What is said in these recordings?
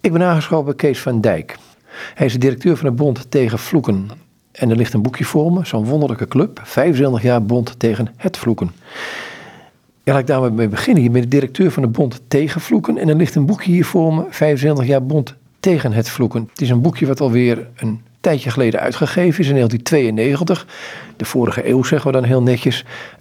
Ik ben aangeschoven bij Kees van Dijk. Hij is de directeur van de Bond tegen Vloeken. En er ligt een boekje voor me, zo'n wonderlijke club. 25 jaar Bond tegen het Vloeken. Ja, laat ik daar maar mee beginnen. Je bent de directeur van de Bond tegen Vloeken. En er ligt een boekje hier voor me, 25 jaar Bond tegen het Vloeken. Het is een boekje wat alweer een tijdje geleden uitgegeven is, in 1992. De vorige eeuw, zeggen we dan heel netjes.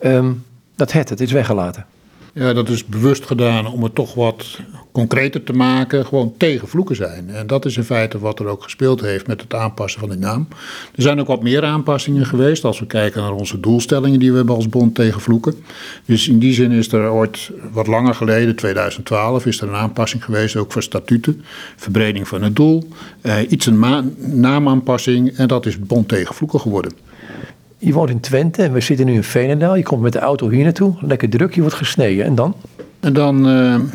Het is weggelaten. Ja, dat is bewust gedaan om het toch wat concreter te maken. Gewoon tegen vloeken zijn. En dat is in feite wat er ook gespeeld heeft met het aanpassen van die naam. Er zijn ook wat meer aanpassingen geweest als we kijken naar onze doelstellingen die we hebben als Bond tegen vloeken. Dus in die zin is er ooit wat langer geleden, 2012, is er een aanpassing geweest, ook voor statuten. Verbreding van het doel, een naamaanpassing en dat is Bond tegen vloeken geworden. Je woont in Twente en we zitten nu in Veenendaal. Je komt met de auto hier naartoe. Lekker druk, je wordt gesneden. En dan? En dan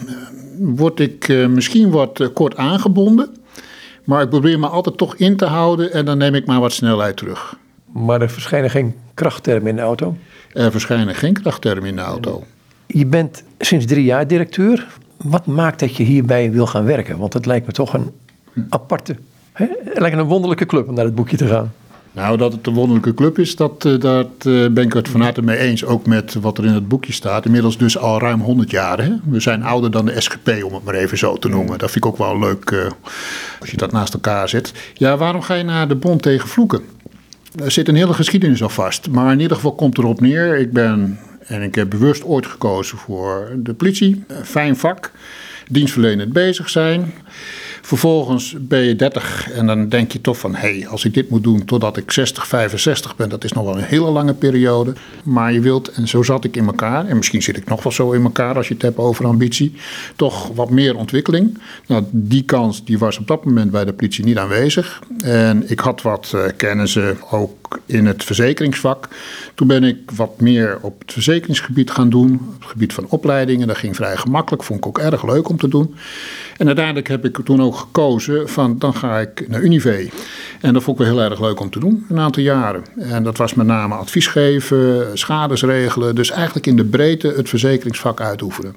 word ik misschien wat kort aangebonden. Maar ik probeer me altijd toch in te houden en dan neem ik maar wat snelheid terug. Maar er verschijnen geen krachttermen in de auto? Er verschijnen geen krachttermen in de auto. Je bent sinds 3 jaar directeur. Wat maakt dat je hierbij wil gaan werken? Want het lijkt me toch een aparte, het lijkt een wonderlijke club om naar het boekje te gaan. Nou, dat het een wonderlijke club is, daar ben ik het van harte mee eens. Ook met wat er in het boekje staat. Inmiddels dus al ruim 100 jaar. Hè? We zijn ouder dan de SGP, om het maar even zo te noemen. Dat vind ik ook wel leuk als je dat naast elkaar zet. Ja, waarom ga je naar de Bond tegen Vloeken? Er zit een hele geschiedenis al vast. Maar in ieder geval komt erop neer. Ik heb bewust ooit gekozen voor de politie. Fijn vak. Dienstverlenend bezig zijn. Vervolgens ben je 30 en dan denk je toch van, als ik dit moet doen totdat ik 60, 65 ben, dat is nog wel een hele lange periode. Maar je wilt, en zo zat ik in elkaar, en misschien zit ik nog wel zo in elkaar als je het hebt over ambitie, toch wat meer ontwikkeling. Nou, die kans die was op dat moment bij de politie niet aanwezig. En ik had wat kennissen ook in het verzekeringsvak. Toen ben ik wat meer op het verzekeringsgebied gaan doen, op het gebied van opleidingen. Dat ging vrij gemakkelijk, vond ik ook erg leuk om te doen. En uiteindelijk heb ik toen ook gekozen van dan ga ik naar Unive. En dat vond ik wel heel erg leuk om te doen, een aantal jaren. En dat was met name advies geven, schades regelen. Dus eigenlijk in de breedte het verzekeringsvak uitoefenen.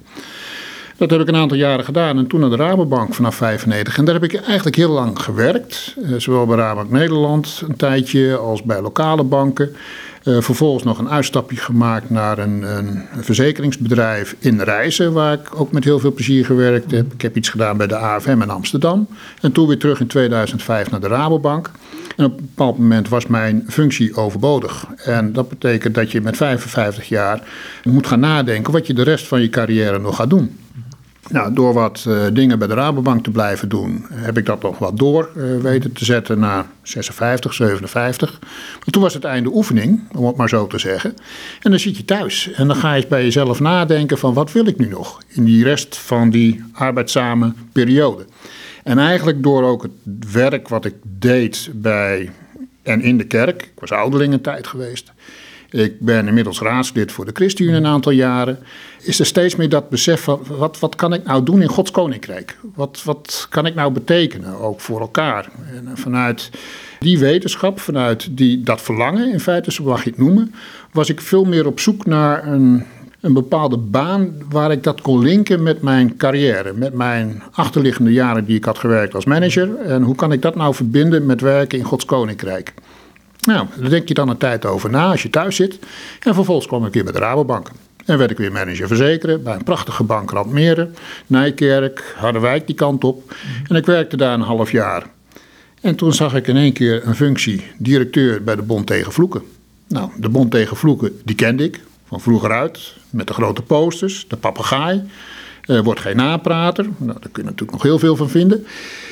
Dat heb ik een aantal jaren gedaan en toen naar de Rabobank vanaf 1995. En daar heb ik eigenlijk heel lang gewerkt. Zowel bij Rabobank Nederland een tijdje als bij lokale banken. Vervolgens nog een uitstapje gemaakt naar een verzekeringsbedrijf in Rijssen, waar ik ook met heel veel plezier gewerkt heb. Ik heb iets gedaan bij de AFM in Amsterdam. En toen weer terug in 2005 naar de Rabobank. En op een bepaald moment was mijn functie overbodig. En dat betekent dat je met 55 jaar moet gaan nadenken wat je de rest van je carrière nog gaat doen. Nou, door wat dingen bij de Rabobank te blijven doen, heb ik dat nog wat door weten te zetten naar 56, 57. Maar toen was het einde oefening, om het maar zo te zeggen. En dan zit je thuis en dan ga je eens bij jezelf nadenken van wat wil ik nu nog in die rest van die arbeidzame periode. En eigenlijk door ook het werk wat ik deed bij en in de kerk, ik was ouderling een tijd geweest. Ik ben inmiddels raadslid voor de ChristenUnie een aantal jaren. Is er steeds meer dat besef van wat kan ik nou doen in Gods Koninkrijk? Wat kan ik nou betekenen, ook voor elkaar? En vanuit die wetenschap, vanuit dat verlangen, in feite, zo mag je het noemen, was ik veel meer op zoek naar een bepaalde baan waar ik dat kon linken met mijn carrière. Met mijn achterliggende jaren die ik had gewerkt als manager. En hoe kan ik dat nou verbinden met werken in Gods Koninkrijk? Nou, daar denk je dan een tijd over na als je thuis zit. En vervolgens kwam ik weer bij de Rabobank. En werd ik weer manager verzekeren bij een prachtige bank Randmeren, Nijkerk, Harderwijk die kant op. En ik werkte daar een half jaar. En toen zag ik in één keer een functie directeur bij de Bond tegen Vloeken. Nou, de Bond tegen Vloeken, die kende ik van vroeger uit. Met de grote posters, de papegaai. Wordt geen naprater. Nou, daar kun je natuurlijk nog heel veel van vinden.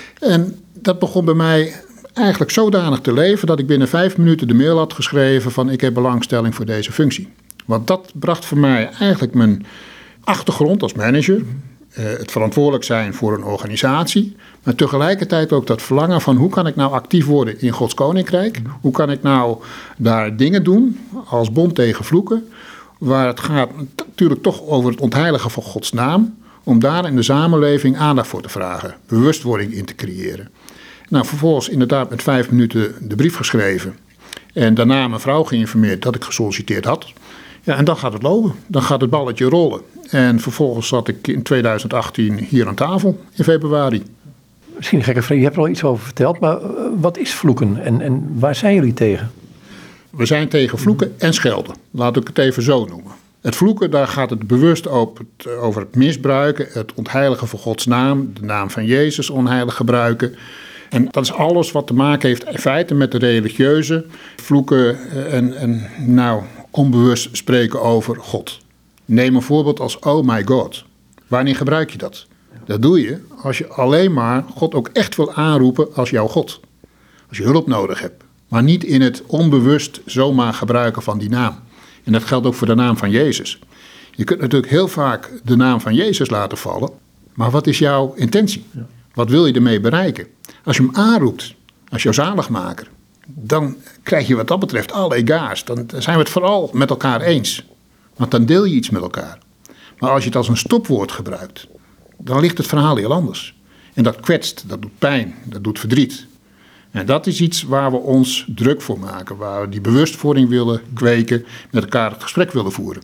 En dat begon bij mij eigenlijk zodanig te leven dat ik binnen 5 minuten de mail had geschreven van ik heb belangstelling voor deze functie. Want dat bracht voor mij eigenlijk mijn achtergrond als manager, het verantwoordelijk zijn voor een organisatie, maar tegelijkertijd ook dat verlangen van hoe kan ik nou actief worden in Gods Koninkrijk? Hoe kan ik nou daar dingen doen als Bond tegen Vloeken, waar het gaat natuurlijk toch over het ontheiligen van Gods naam, om daar in de samenleving aandacht voor te vragen, bewustwording in te creëren. Nou, vervolgens inderdaad met 5 minuten de brief geschreven. En daarna mijn vrouw geïnformeerd dat ik gesolliciteerd had. Ja, en dan gaat het lopen. Dan gaat het balletje rollen. En vervolgens zat ik in 2018 hier aan tafel in februari. Misschien een gekke vraag, je hebt er al iets over verteld, maar wat is vloeken en waar zijn jullie tegen? We zijn tegen vloeken en schelden. Laat ik het even zo noemen. Het vloeken, daar gaat het bewust over het misbruiken, het ontheiligen van Gods naam, de naam van Jezus onheilig gebruiken. En dat is alles wat te maken heeft in feite met de religieuze vloeken en onbewust spreken over God. Neem een voorbeeld als oh my God. Wanneer gebruik je dat? Dat doe je als je alleen maar God ook echt wil aanroepen als jouw God. Als je hulp nodig hebt. Maar niet in het onbewust zomaar gebruiken van die naam. En dat geldt ook voor de naam van Jezus. Je kunt natuurlijk heel vaak de naam van Jezus laten vallen. Maar wat is jouw intentie? Wat wil je ermee bereiken? Als je hem aanroept als jouw zaligmaker, dan krijg je wat dat betreft alle egaars. Dan zijn we het vooral met elkaar eens. Want dan deel je iets met elkaar. Maar als je het als een stopwoord gebruikt, dan ligt het verhaal heel anders. En dat kwetst, dat doet pijn, dat doet verdriet. En dat is iets waar we ons druk voor maken. Waar we die bewustwording willen kweken, met elkaar het gesprek willen voeren.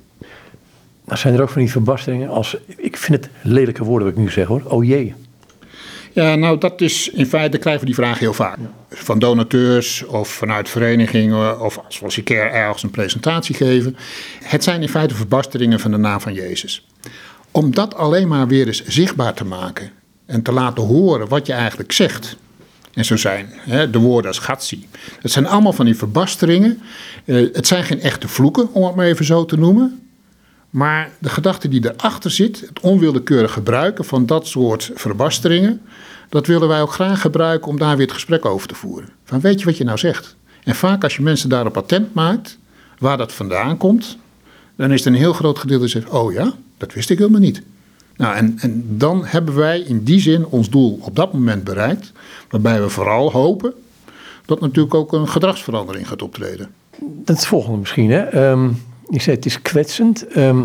Maar zijn er ook van die verbasteringen als, ik vind het lelijke woorden wat ik nu zeg hoor, oh jee. Ja, nou dat is in feite, krijgen we die vraag heel vaak. Ja. Van donateurs of vanuit verenigingen of als we eens een keer ergens een presentatie geven. Het zijn in feite verbasteringen van de naam van Jezus. Om dat alleen maar weer eens zichtbaar te maken en te laten horen wat je eigenlijk zegt. En zo zijn de woorden als gatsi. Het zijn allemaal van die verbasteringen. Het zijn geen echte vloeken, om het maar even zo te noemen. Maar de gedachte die erachter zit, het onwillekeurig gebruiken van dat soort verbasteringen, dat willen wij ook graag gebruiken om daar weer het gesprek over te voeren. Van weet je wat je nou zegt? En vaak als je mensen daarop attent maakt, waar dat vandaan komt, dan is er een heel groot gedeelte die zegt, oh ja, dat wist ik helemaal niet. Nou, en dan hebben wij in die zin ons doel op dat moment bereikt, waarbij we vooral hopen dat natuurlijk ook een gedragsverandering gaat optreden. Dat is het volgende misschien, hè? Je zei het is kwetsend.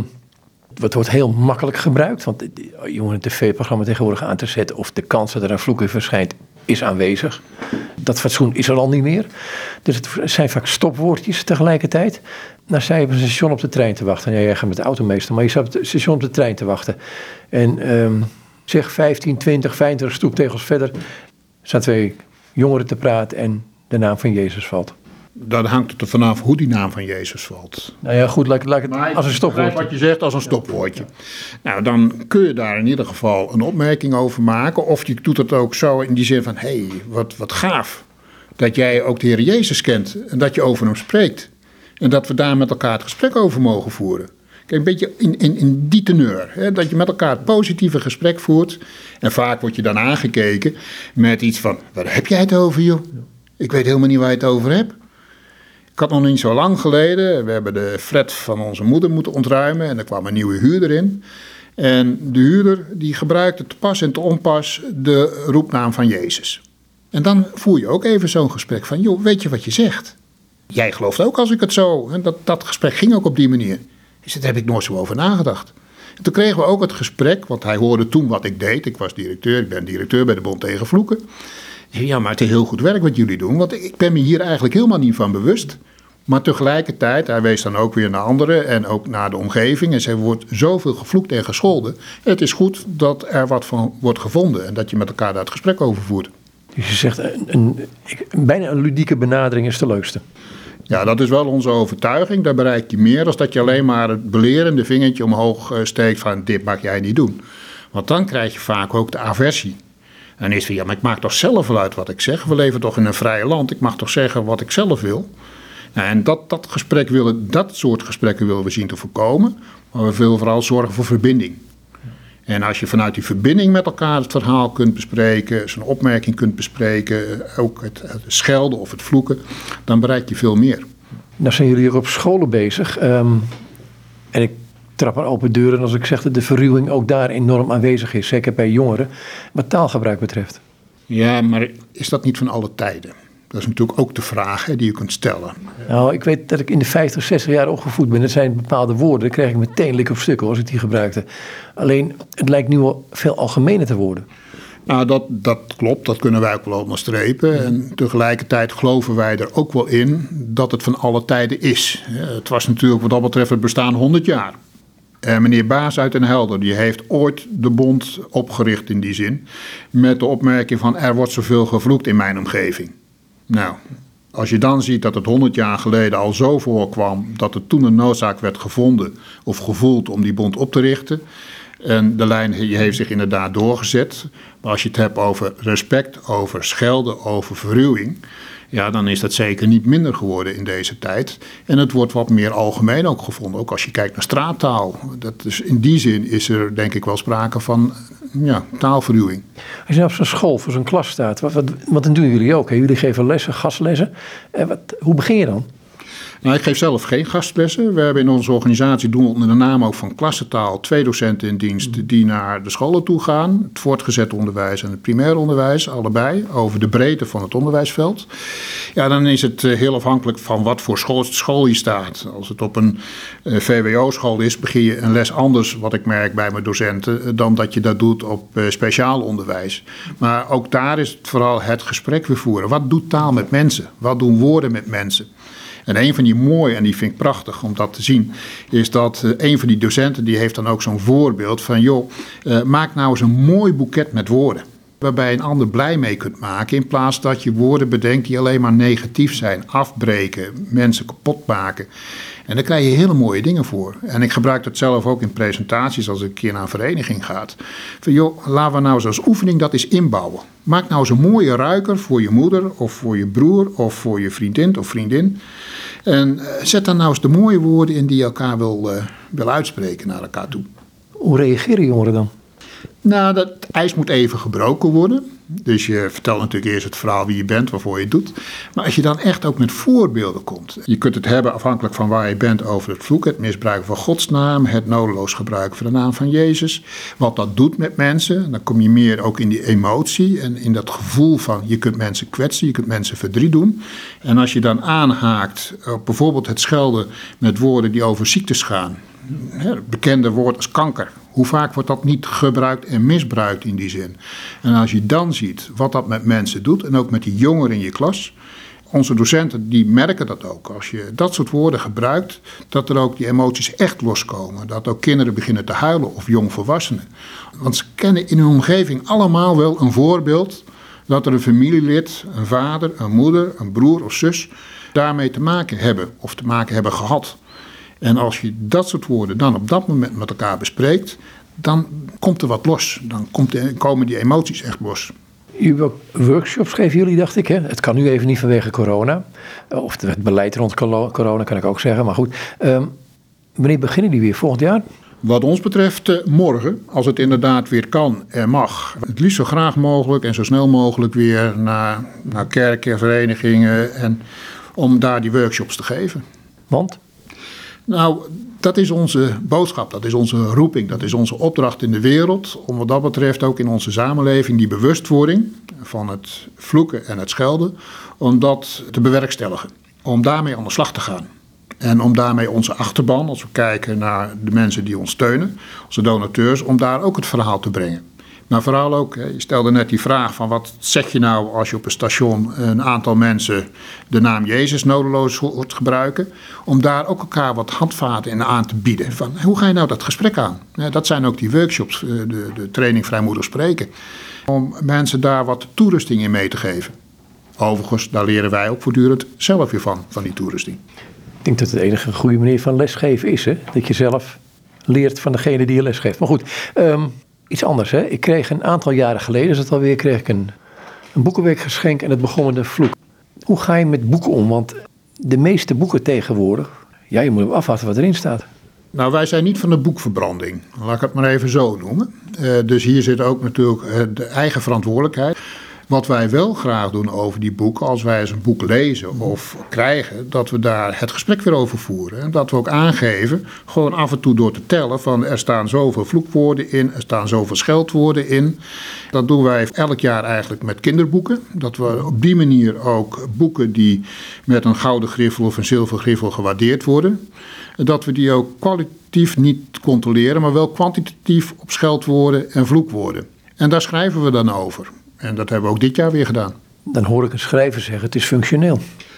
Het wordt heel makkelijk gebruikt, want jongen, een tv-programma tegenwoordig aan te zetten of de kans dat er een vloek in verschijnt is aanwezig. Dat fatsoen is er al niet meer. Dus het zijn vaak stopwoordjes tegelijkertijd. Nou, sta je op een station op de trein te wachten. Ja, jij gaat met de auto meestal, maar je staat op het station op de trein te wachten. En zeg 15, 20, 25 stoeptegels verder staan twee jongeren te praten en de naam van Jezus valt. Dan hangt het er vanaf hoe die naam van Jezus valt. Nou ja, goed, laat ik het als een stopwoordje. Wat je zegt als een stopwoordje. Nou, dan kun je daar in ieder geval een opmerking over maken. Of je doet het ook zo in die zin van, hé, wat gaaf. Dat jij ook de Heer Jezus kent en dat je over hem spreekt. En dat we daar met elkaar het gesprek over mogen voeren. Kijk, een beetje in die teneur. Hè, dat je met elkaar het positieve gesprek voert. En vaak word je dan aangekeken met iets van, waar heb jij het over, joh? Ik weet helemaal niet waar je het over hebt. Ik had nog niet zo lang geleden, we hebben de flat van onze moeder moeten ontruimen en er kwam een nieuwe huurder in. En de huurder die gebruikte te pas en te onpas de roepnaam van Jezus. En dan voer je ook even zo'n gesprek van, joh, weet je wat je zegt? Jij gelooft ook als ik het zo. En dat gesprek ging ook op die manier. Dus daar heb ik nooit zo over nagedacht. En toen kregen we ook het gesprek, want hij hoorde toen wat ik deed. Ik was directeur, ik ben directeur bij de Bond tegen Vloeken. Ja, maar het is heel goed werk wat jullie doen, want ik ben me hier eigenlijk helemaal niet van bewust. Maar tegelijkertijd, hij wees dan ook weer naar anderen en ook naar de omgeving. En ze wordt zoveel gevloekt en gescholden. Het is goed dat er wat van wordt gevonden en dat je met elkaar daar het gesprek over voert. Dus je zegt, bijna een ludieke benadering is de leukste. Ja, dat is wel onze overtuiging. Daar bereik je meer dan dat je alleen maar het belerende vingertje omhoog steekt van dit mag jij niet doen. Want dan krijg je vaak ook de aversie. En dan is van, ja, maar ik maak toch zelf wel uit wat ik zeg. We leven toch in een vrij land. Ik mag toch zeggen wat ik zelf wil. Nou, en dat soort gesprekken willen we zien te voorkomen. Maar we willen vooral zorgen voor verbinding. En als je vanuit die verbinding met elkaar het verhaal kunt bespreken, zijn opmerking kunt bespreken, ook het schelden of het vloeken, dan bereik je veel meer. Nou zijn jullie hier op scholen bezig. En ik trap aan open deuren als ik zeg dat de verruwing ook daar enorm aanwezig is. Zeker bij jongeren, wat taalgebruik betreft. Ja, maar is dat niet van alle tijden? Dat is natuurlijk ook de vraag die je kunt stellen. Nou, ik weet dat ik in de 50, 60 jaar opgevoed ben. Dat zijn bepaalde woorden, daar krijg ik meteen lik op stukken als ik die gebruikte. Alleen, het lijkt nu al veel algemener te worden. Nou, dat klopt, dat kunnen wij ook wel onderstrepen. En tegelijkertijd geloven wij er ook wel in dat het van alle tijden is. Het was natuurlijk wat dat betreft het bestaan 100 jaar. Meneer Baas uit Den Helder, die heeft ooit de bond opgericht in die zin, met de opmerking van er wordt zoveel gevloekt in mijn omgeving. Nou, als je dan ziet dat het 100 jaar geleden al zo voorkwam dat er toen een noodzaak werd gevonden of gevoeld om die bond op te richten. En de lijn heeft zich inderdaad doorgezet. Maar als je het hebt over respect, over schelden, over verruwing, ja, dan is dat zeker niet minder geworden in deze tijd. En het wordt wat meer algemeen ook gevonden, ook als je kijkt naar straattaal. In die zin is er denk ik wel sprake van taalverruwing. Als je op zo'n school voor zo'n klas staat, wat doen jullie ook? Hè? Jullie geven lessen, gastlessen. Hoe begin je dan? Nou, ik geef zelf geen gastlessen. We hebben in onze organisatie, doen we onder de naam ook van klassentaal, 2 docenten in dienst die naar de scholen toe gaan. Het voortgezet onderwijs en het primair onderwijs, allebei, over de breedte van het onderwijsveld. Ja, dan is het heel afhankelijk van wat voor school je staat. Als het op een VWO-school is, begin je een les anders, wat ik merk bij mijn docenten, dan dat je dat doet op speciaal onderwijs. Maar ook daar is het vooral het gesprek weer voeren. Wat doet taal met mensen? Wat doen woorden met mensen? En een van die mooie, en die vind ik prachtig om dat te zien, is dat een van die docenten, die heeft dan ook zo'n voorbeeld van, maak nou eens een mooi boeket met woorden. Waarbij je een ander blij mee kunt maken, in plaats dat je woorden bedenkt die alleen maar negatief zijn, afbreken, mensen kapot maken. En daar krijg je hele mooie dingen voor. En ik gebruik dat zelf ook in presentaties als ik een keer naar een vereniging ga. Van laten we nou eens als oefening dat eens inbouwen. Maak nou eens een mooie ruiker voor je moeder of voor je broer of voor je vriendin of vriendin. En zet dan nou eens de mooie woorden in die je elkaar wil uitspreken naar elkaar toe. Hoe reageren jongeren dan? Nou, dat ijs moet even gebroken worden. Dus je vertelt natuurlijk eerst het verhaal wie je bent, waarvoor je het doet. Maar als je dan echt ook met voorbeelden komt. Je kunt het hebben afhankelijk van waar je bent over het vloeken, het misbruiken van Gods naam, het nodeloos gebruiken van de naam van Jezus. Wat dat doet met mensen. Dan kom je meer ook in die emotie en in dat gevoel van je kunt mensen kwetsen, je kunt mensen verdriet doen. En als je dan aanhaakt op bijvoorbeeld het schelden met woorden die over ziektes gaan. Het bekende woord als kanker. Hoe vaak wordt dat niet gebruikt en misbruikt in die zin? En als je dan ziet wat dat met mensen doet en ook met die jongeren in je klas. Onze docenten die merken dat ook. Als je dat soort woorden gebruikt, dat er ook die emoties echt loskomen. Dat ook kinderen beginnen te huilen of jongvolwassenen. Want ze kennen in hun omgeving allemaal wel een voorbeeld dat er een familielid, een vader, een moeder, een broer of zus daarmee te maken hebben of te maken hebben gehad. En als je dat soort woorden dan op dat moment met elkaar bespreekt, dan komt er wat los. Dan komen die emoties echt los. Workshops geven jullie, dacht ik. Hè? Het kan nu even niet vanwege corona. Of het beleid rond corona kan ik ook zeggen. Maar goed, wanneer beginnen die weer? Volgend jaar? Wat ons betreft morgen, als het inderdaad weer kan en mag. Het liefst zo graag mogelijk en zo snel mogelijk weer naar kerken, verenigingen. En om daar die workshops te geven. Want? Nou, dat is onze boodschap, dat is onze roeping, dat is onze opdracht in de wereld. Om wat dat betreft ook in onze samenleving die bewustwording van het vloeken en het schelden, om dat te bewerkstelligen. Om daarmee aan de slag te gaan. En om daarmee onze achterban, als we kijken naar de mensen die ons steunen, onze donateurs, om daar ook het verhaal te brengen. Maar vooral ook, je stelde net die vraag van wat zeg je nou als je op een station een aantal mensen de naam Jezus nodeloos hoort gebruiken. Om daar ook elkaar wat handvaten in aan te bieden. Van hoe ga je nou dat gesprek aan? Dat zijn ook die workshops, de training vrijmoedig spreken. Om mensen daar wat toerusting in mee te geven. Overigens, daar leren wij ook voortdurend zelf weer van die toerusting. Ik denk dat het de enige goede manier van lesgeven is. Hè? Dat je zelf leert van degene die je lesgeeft. Maar goed, iets anders. Hè? Ik kreeg een aantal jaren geleden, is het alweer, kreeg ik een boekenweekgeschenk en het begon met een vloek. Hoe ga je met boeken om? Want de meeste boeken tegenwoordig, je moet afwachten wat erin staat. Nou, wij zijn niet van de boekverbranding. Laat ik het maar even zo noemen. Dus hier zit ook natuurlijk de eigen verantwoordelijkheid. Wat wij wel graag doen over die boeken, als wij eens een boek lezen of krijgen, dat we daar het gesprek weer over voeren. En dat we ook aangeven, gewoon af en toe door te tellen van er staan zoveel vloekwoorden in, er staan zoveel scheldwoorden in. Dat doen wij elk jaar eigenlijk met kinderboeken. Dat we op die manier ook boeken die met een gouden griffel of een zilveren griffel gewaardeerd worden, dat we die ook kwalitatief niet controleren, maar wel kwantitatief op scheldwoorden en vloekwoorden. En daar schrijven we dan over. En dat hebben we ook dit jaar weer gedaan. Dan hoor ik een schrijver zeggen, het is functioneel.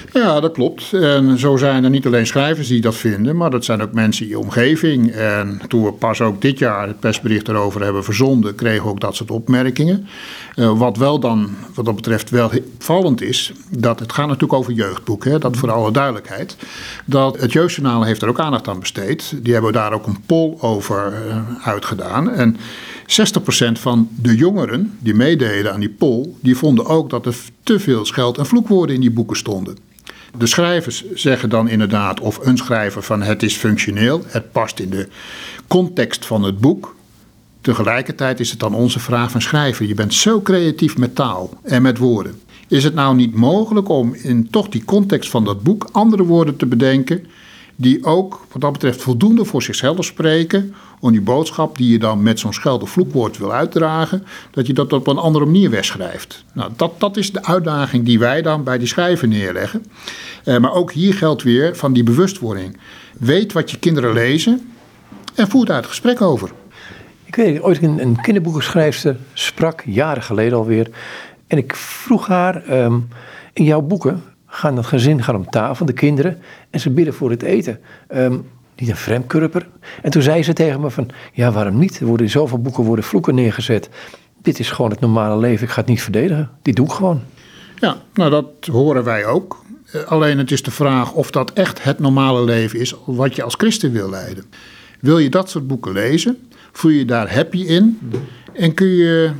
Ja, dat klopt. En zo zijn er niet alleen schrijvers die dat vinden, maar dat zijn ook mensen in je omgeving. En toen we pas ook dit jaar het persbericht erover hebben verzonden, kregen we ook dat soort opmerkingen. Wat wel dan, wat dat betreft, wel opvallend is, dat het gaat natuurlijk over jeugdboeken, hè, dat voor alle duidelijkheid. Dat het Jeugdjournaal heeft er ook aandacht aan besteed. Die hebben daar ook een poll over uitgedaan. En 60% van de jongeren die meededen aan die poll, die vonden ook dat er te veel scheld- en vloekwoorden in die boeken stonden. De schrijvers zeggen dan inderdaad, of een schrijver, van het is functioneel, het past in de context van het boek. Tegelijkertijd is het dan onze vraag van schrijver, je bent zo creatief met taal en met woorden. Is het nou niet mogelijk om in toch die context van dat boek andere woorden te bedenken die ook wat dat betreft voldoende voor zichzelf spreken om die boodschap die je dan met zo'n scheld- of vloekwoord wil uitdragen, dat je dat op een andere manier wegschrijft. Nou, dat is de uitdaging die wij dan bij die schrijver neerleggen. Maar ook hier geldt weer van die bewustwording. Weet wat je kinderen lezen en voer daar het gesprek over. Ik weet ooit een kinderboekenschrijfster sprak, jaren geleden alweer. En ik vroeg haar, in jouw boeken gaan het gezin om tafel, de kinderen, en ze bidden voor het eten. Niet een vreemdkurper. En toen zei ze tegen me van, ja, waarom niet? Er worden in zoveel boeken worden vloeken neergezet. Dit is gewoon het normale leven, ik ga het niet verdedigen. Dit doe ik gewoon. Ja, nou dat horen wij ook. Alleen het is de vraag of dat echt het normale leven is wat je als christen wil leiden. Wil je dat soort boeken lezen? Voel je daar happy in? En kun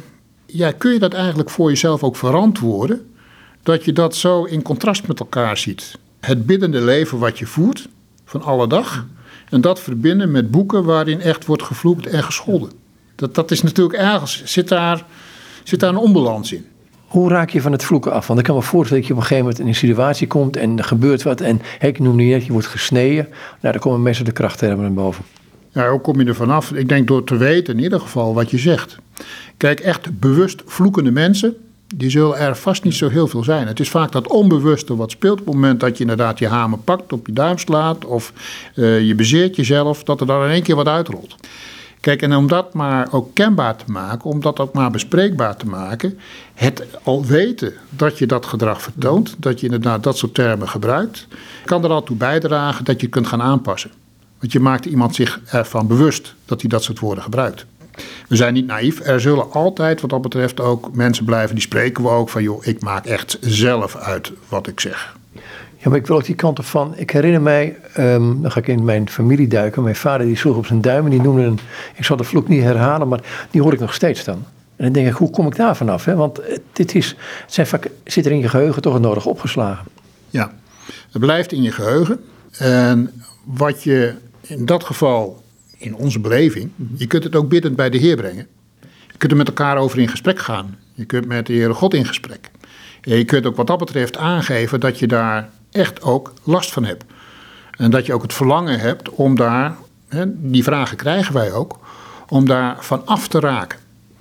je dat eigenlijk voor jezelf ook verantwoorden? Dat je dat zo in contrast met elkaar ziet. Het biddende leven wat je voert, van alle dag. En dat verbinden met boeken waarin echt wordt gevloekt en gescholden. Dat is natuurlijk ergens, zit daar een onbalans in. Hoe raak je van het vloeken af? Want ik kan me voorstellen dat je op een gegeven moment in een situatie komt en er gebeurt wat. En ik noem niet net, je wordt gesneden. Nou, dan komen mensen de krachttermen naar boven. Ja, hoe kom je er vanaf? Ik denk door te weten in ieder geval wat je zegt. Kijk, echt bewust vloekende mensen, die zullen er vast niet zo heel veel zijn. Het is vaak dat onbewuste wat speelt op het moment dat je inderdaad je hamer pakt, op je duim slaat of je bezeert jezelf, dat er dan in één keer wat uitrolt. Kijk, en om dat maar ook kenbaar te maken, om dat ook maar bespreekbaar te maken, het al weten dat je dat gedrag vertoont, dat je inderdaad dat soort termen gebruikt, kan er al toe bijdragen dat je kunt gaan aanpassen. Want je maakt iemand zich ervan bewust dat hij dat soort woorden gebruikt. We zijn niet naïef. Er zullen altijd wat dat betreft ook mensen blijven. Die spreken we ook van, joh, ik maak echt zelf uit wat ik zeg. Ja, maar ik wil ook die kant op van. Ik herinner mij, dan ga ik in mijn familie duiken. Mijn vader die sloeg op zijn duim en die noemde ik zal de vloek niet herhalen, maar die hoor ik nog steeds dan. En dan denk ik, hoe kom ik daar vanaf? Hè? Want het zijn vaak, zit er in je geheugen toch het nodig opgeslagen. Ja, het blijft in je geheugen. En wat je in dat geval, in onze beleving, je kunt het ook biddend bij de Heer brengen. Je kunt er met elkaar over in gesprek gaan. Je kunt met de Heere God in gesprek. En je kunt ook wat dat betreft aangeven dat je daar echt ook last van hebt. En dat je ook het verlangen hebt om daar, die vragen krijgen wij ook, om daar van af te raken.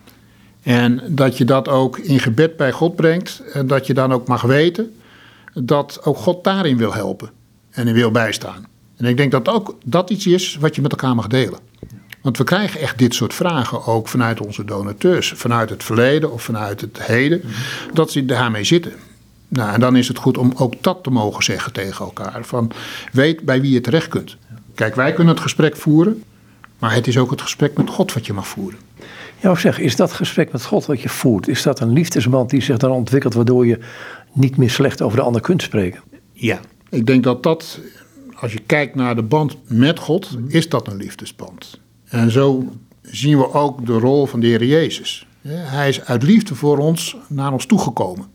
En dat je dat ook in gebed bij God brengt. En dat je dan ook mag weten dat ook God daarin wil helpen. En in wil bijstaan. En ik denk dat ook dat iets is wat je met elkaar mag delen. Want we krijgen echt dit soort vragen ook vanuit onze donateurs. Vanuit het verleden of vanuit het heden. Dat ze daarmee zitten. Nou, en dan is het goed om ook dat te mogen zeggen tegen elkaar. Van, weet bij wie je terecht kunt. Kijk, wij kunnen het gesprek voeren. Maar het is ook het gesprek met God wat je mag voeren. Ja, of zeg, is dat gesprek met God wat je voert? Is dat een liefdesband die zich dan ontwikkelt waardoor je niet meer slecht over de ander kunt spreken? Ja, ik denk dat als je kijkt naar de band met God, is dat een liefdesband. En zo zien we ook de rol van de Heer Jezus. Hij is uit liefde voor ons naar ons toegekomen.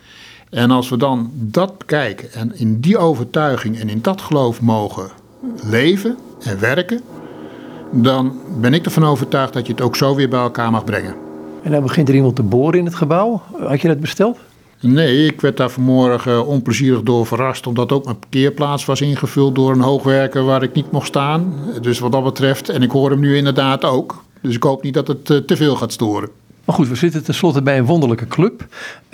En als we dan dat bekijken en in die overtuiging en in dat geloof mogen leven en werken, dan ben ik ervan overtuigd dat je het ook zo weer bij elkaar mag brengen. En dan begint er iemand te boren in het gebouw. Had je dat besteld? Nee, ik werd daar vanmorgen onplezierig door verrast, omdat ook mijn parkeerplaats was ingevuld door een hoogwerker waar ik niet mocht staan. Dus wat dat betreft, en ik hoor hem nu inderdaad ook, dus ik hoop niet dat het te veel gaat storen. Maar goed, we zitten tenslotte bij een wonderlijke club.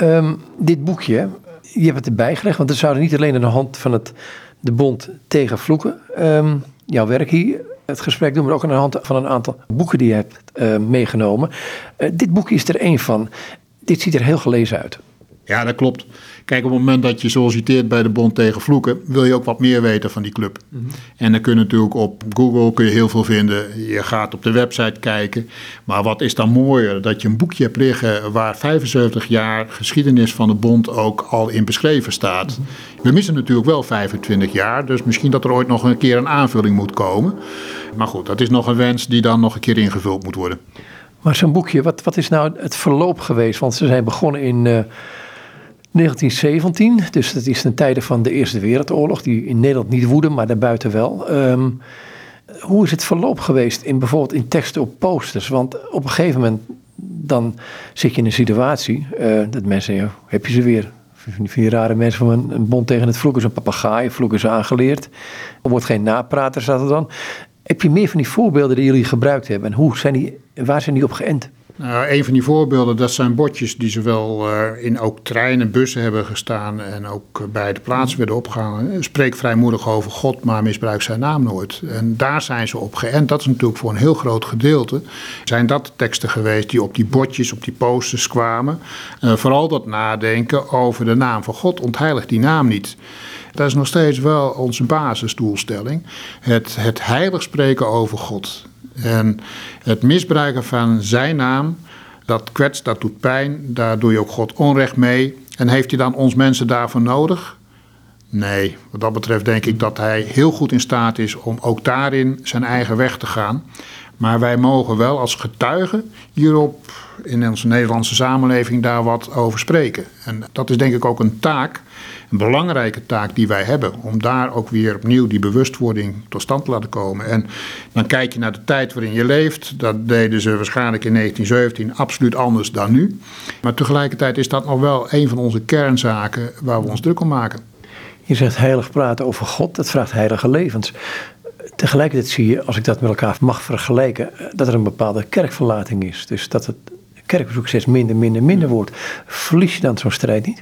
Dit boekje, je hebt het erbij gelegd, want het zouden niet alleen aan de hand van de Bond tegen Vloeken, jouw werk hier, het gesprek doen, maar ook aan de hand van een aantal boeken die je hebt meegenomen. Dit boekje is er één van. Dit ziet er heel gelezen uit. Ja, dat klopt. Kijk, op het moment dat je solliciteert bij de Bond tegen Vloeken, wil je ook wat meer weten van die club. Mm-hmm. En dan kun je natuurlijk op Google kun je heel veel vinden. Je gaat op de website kijken. Maar wat is dan mooier? Dat je een boekje hebt liggen waar 75 jaar geschiedenis van de Bond ook al in beschreven staat. Mm-hmm. We missen natuurlijk wel 25 jaar, dus misschien dat er ooit nog een keer een aanvulling moet komen. Maar goed, dat is nog een wens die dan nog een keer ingevuld moet worden. Maar zo'n boekje, wat is nou het verloop geweest? Want ze zijn begonnen in 1917, dus dat is ten tijde van de Eerste Wereldoorlog, die in Nederland niet woedde, maar daarbuiten wel. Hoe is het verloop geweest bijvoorbeeld in teksten op posters? Want op een gegeven moment dan zit je in een situatie dat mensen zeggen, heb je ze weer? Vind je rare mensen van een Bond tegen het vloeken is een papegaai, vloeken is aangeleerd. Er wordt geen naprater, staat er dan. Heb je meer van die voorbeelden die jullie gebruikt hebben en waar zijn die op geënt? Nou, een van die voorbeelden, dat zijn bordjes die zowel in ook treinen, bussen hebben gestaan en ook bij de plaatsen werden opgehangen. Spreek vrijmoedig over God, maar misbruik zijn naam nooit. En daar zijn ze op geënt. Dat is natuurlijk voor een heel groot gedeelte. Zijn dat de teksten geweest die op die bordjes, op die posters kwamen. Vooral dat nadenken over de naam van God, ontheilig die naam niet. Dat is nog steeds wel onze basisdoelstelling. Het heilig spreken over God. En het misbruiken van zijn naam, dat kwetst, dat doet pijn. Daar doe je ook God onrecht mee. En heeft hij dan ons mensen daarvoor nodig? Nee, wat dat betreft denk ik dat hij heel goed in staat is om ook daarin zijn eigen weg te gaan. Maar wij mogen wel als getuigen hierop in onze Nederlandse samenleving daar wat over spreken. En dat is denk ik ook een taak, een belangrijke taak die wij hebben. Om daar ook weer opnieuw die bewustwording tot stand te laten komen. En dan kijk je naar de tijd waarin je leeft. Dat deden ze waarschijnlijk in 1917 absoluut anders dan nu. Maar tegelijkertijd is dat nog wel een van onze kernzaken waar we ons druk om maken. Je zegt heilig praten over God, dat vraagt heilige levens. Tegelijkertijd zie je, als ik dat met elkaar mag vergelijken, dat er een bepaalde kerkverlating is. Dus dat het kerkbezoek steeds minder wordt. Verlies je dan zo'n strijd niet?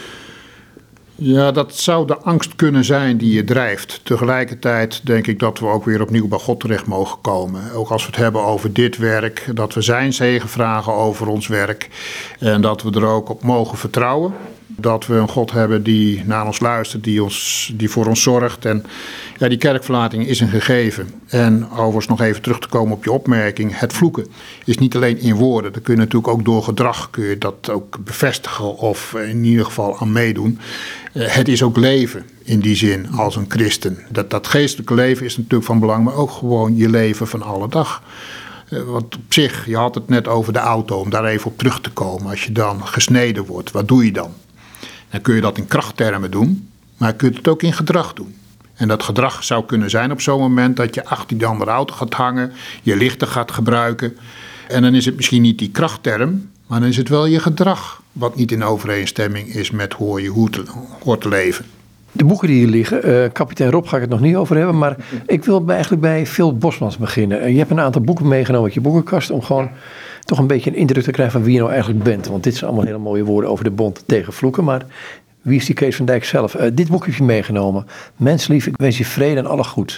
Ja, dat zou de angst kunnen zijn die je drijft. Tegelijkertijd denk ik dat we ook weer opnieuw bij God terecht mogen komen. Ook als we het hebben over dit werk, dat we zijn zegen vragen over ons werk. En dat we er ook op mogen vertrouwen. Dat we een God hebben die naar ons luistert, die voor ons zorgt. En ja, die kerkverlating is een gegeven. En overigens nog even terug te komen op je opmerking. Het vloeken is niet alleen in woorden. Dat kun je natuurlijk ook door gedrag kun je dat ook bevestigen of in ieder geval aan meedoen. Het is ook leven in die zin als een christen. Dat geestelijke leven is natuurlijk van belang, maar ook gewoon je leven van alle dag. Want op zich, je had het net over de auto, om daar even op terug te komen. Als je dan gesneden wordt, wat doe je dan? Dan kun je dat in krachttermen doen, maar je kunt het ook in gedrag doen. En dat gedrag zou kunnen zijn op zo'n moment dat je achter die andere auto gaat hangen, je lichten gaat gebruiken. En dan is het misschien niet die krachtterm, maar dan is het wel je gedrag wat niet in overeenstemming is met hoe je hoort te leven. De boeken die hier liggen, kapitein Rob ga ik het nog niet over hebben, maar ik wil eigenlijk bij Phil Bosmans beginnen. Je hebt een aantal boeken meegenomen uit je boekenkast om gewoon toch een beetje een indruk te krijgen van wie je nou eigenlijk bent. Want dit zijn allemaal hele mooie woorden over de Bond tegen Vloeken, maar wie is die Kees van Dijk zelf? Dit boek heb je meegenomen. Menslief, ik wens je vrede en alle goeds.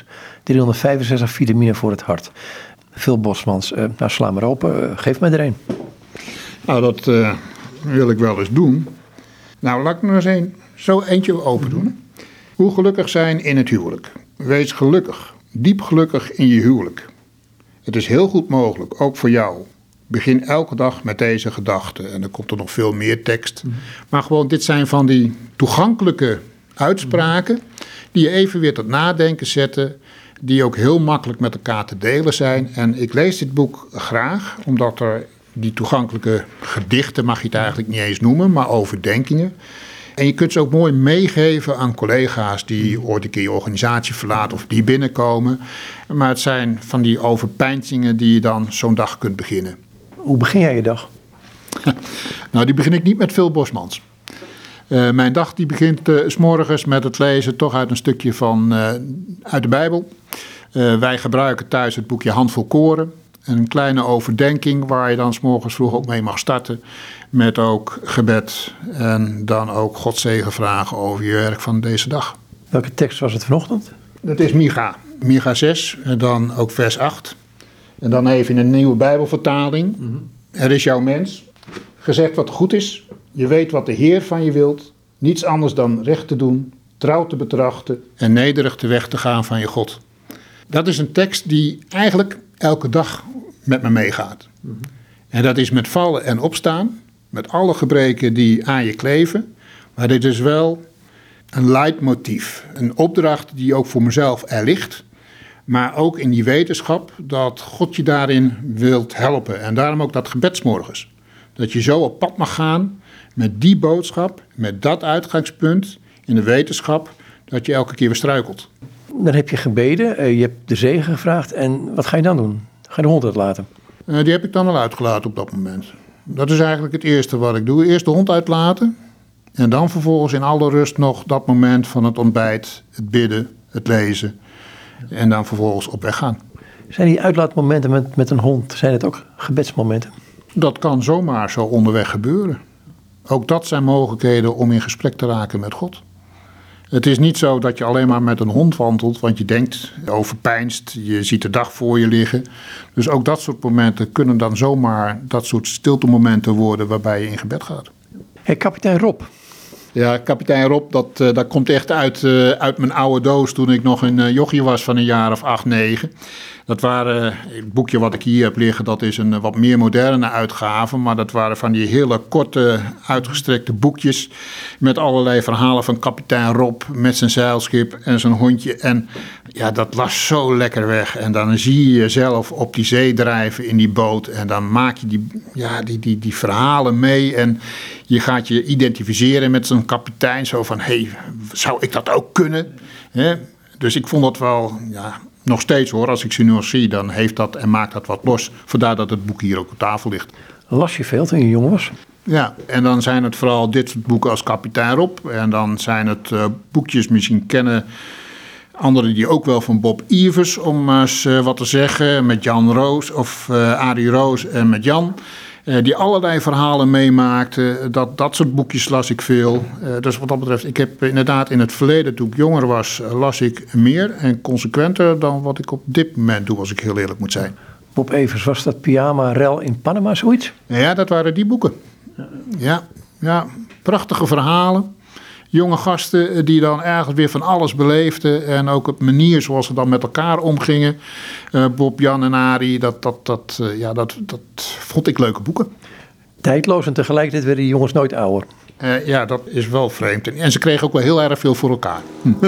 365 vitamine voor het hart. Phil Bosmans, nou sla maar open, geef mij er een. Nou, dat wil ik wel eens doen. Nou, laat ik nog eens zo eentje open doen. Hoe gelukkig zijn in het huwelijk. Wees gelukkig, diep gelukkig in je huwelijk. Het is heel goed mogelijk, ook voor jou. Begin elke dag met deze gedachten. En dan komt er nog veel meer tekst. Maar gewoon, dit zijn van die toegankelijke uitspraken die je even weer tot nadenken zetten, die ook heel makkelijk met elkaar te delen zijn. En ik lees dit boek graag, omdat er die toegankelijke gedichten, mag je het eigenlijk niet eens noemen, maar overdenkingen. En je kunt ze ook mooi meegeven aan collega's die ooit een keer je organisatie verlaten of die binnenkomen. Maar het zijn van die overpeinzingen die je dan zo'n dag kunt beginnen. Hoe begin jij je dag? Nou, die begin ik niet met Phil Bosmans. Mijn dag die begint 's morgens met het lezen toch uit een stukje uit de Bijbel. Wij gebruiken thuis het boekje Handvol Koren. Een kleine overdenking waar je dan 's morgens vroeg ook mee mag starten. Met ook gebed en dan ook Gods zegen vragen over je werk van deze dag. Welke tekst was het vanochtend? Dat is Micha. Micha 6 en dan ook vers 8. En dan even in een nieuwe Bijbelvertaling. Er is jouw mens gezegd wat goed is. Je weet wat de Heer van je wilt. Niets anders dan recht te doen, trouw te betrachten en nederig de weg te gaan van je God. Dat is een tekst die eigenlijk elke dag met me meegaat. En dat is met vallen en opstaan, met alle gebreken die aan je kleven. Maar dit is wel een leidmotief, een opdracht die ook voor mezelf er ligt. Maar ook in die wetenschap dat God je daarin wilt helpen. En daarom ook dat gebedsmorgens. Dat je zo op pad mag gaan met die boodschap, met dat uitgangspunt in de wetenschap, dat je elke keer weer struikelt. Dan heb je gebeden, je hebt de zegen gevraagd en wat ga je dan doen? Ga je de hond uitlaten? Die heb ik dan al uitgelaten op dat moment. Dat is eigenlijk het eerste wat ik doe. Eerst de hond uitlaten en dan vervolgens in alle rust nog dat moment van het ontbijt, het bidden, het lezen en dan vervolgens op weg gaan. Zijn die uitlaatmomenten met een hond, zijn het ook gebedsmomenten? Dat kan zomaar zo onderweg gebeuren. Ook dat zijn mogelijkheden om in gesprek te raken met God. Het is niet zo dat je alleen maar met een hond wandelt, want je denkt, overpeinst, je ziet de dag voor je liggen. Dus ook dat soort momenten kunnen dan zomaar dat soort stiltemomenten worden waarbij je in gebed gaat. Hey, kapitein Rob. Ja, kapitein Rob, dat komt echt uit mijn oude doos toen ik nog een jochie was van een jaar of 8, 9. Dat waren, het boekje wat ik hier heb liggen, dat is een wat meer moderne uitgave. Maar dat waren van die hele korte, uitgestrekte boekjes met allerlei verhalen van kapitein Rob met zijn zeilschip en zijn hondje. En ja, dat las zo lekker weg. En dan zie je jezelf op die zee drijven in die boot. En dan maak je die verhalen mee en je gaat je identificeren met zo'n kapitein. Zo van, hey, zou ik dat ook kunnen? Dus ik vond dat wel, ja, nog steeds hoor, als ik ze nu nog zie, dan heeft dat en maakt dat wat los. Vandaar dat het boek hier ook op tafel ligt. Las je veel toen je jong was? Ja, en dan zijn het vooral dit soort boeken als kapitein Rob. En dan zijn het boekjes, misschien kennen anderen die ook wel van Bob Evers, om eens wat te zeggen, met Jan Roos of Arie Roos en met Jan. Die allerlei verhalen meemaakten. Dat soort boekjes las ik veel. Dus wat dat betreft, ik heb inderdaad in het verleden, toen ik jonger was, las ik meer en consequenter dan wat ik op dit moment doe, als ik heel eerlijk moet zijn. Bob Evers, was dat Pyjama Rel in Panama zoiets? Ja, dat waren die boeken. Ja, prachtige verhalen. Jonge gasten die dan ergens weer van alles beleefden. En ook op manier zoals ze dan met elkaar omgingen. Bob, Jan en Arie, dat vond ik leuke boeken. Tijdloos en tegelijkertijd werden die jongens nooit ouder. Ja, dat is wel vreemd. En ze kregen ook wel heel erg veel voor elkaar.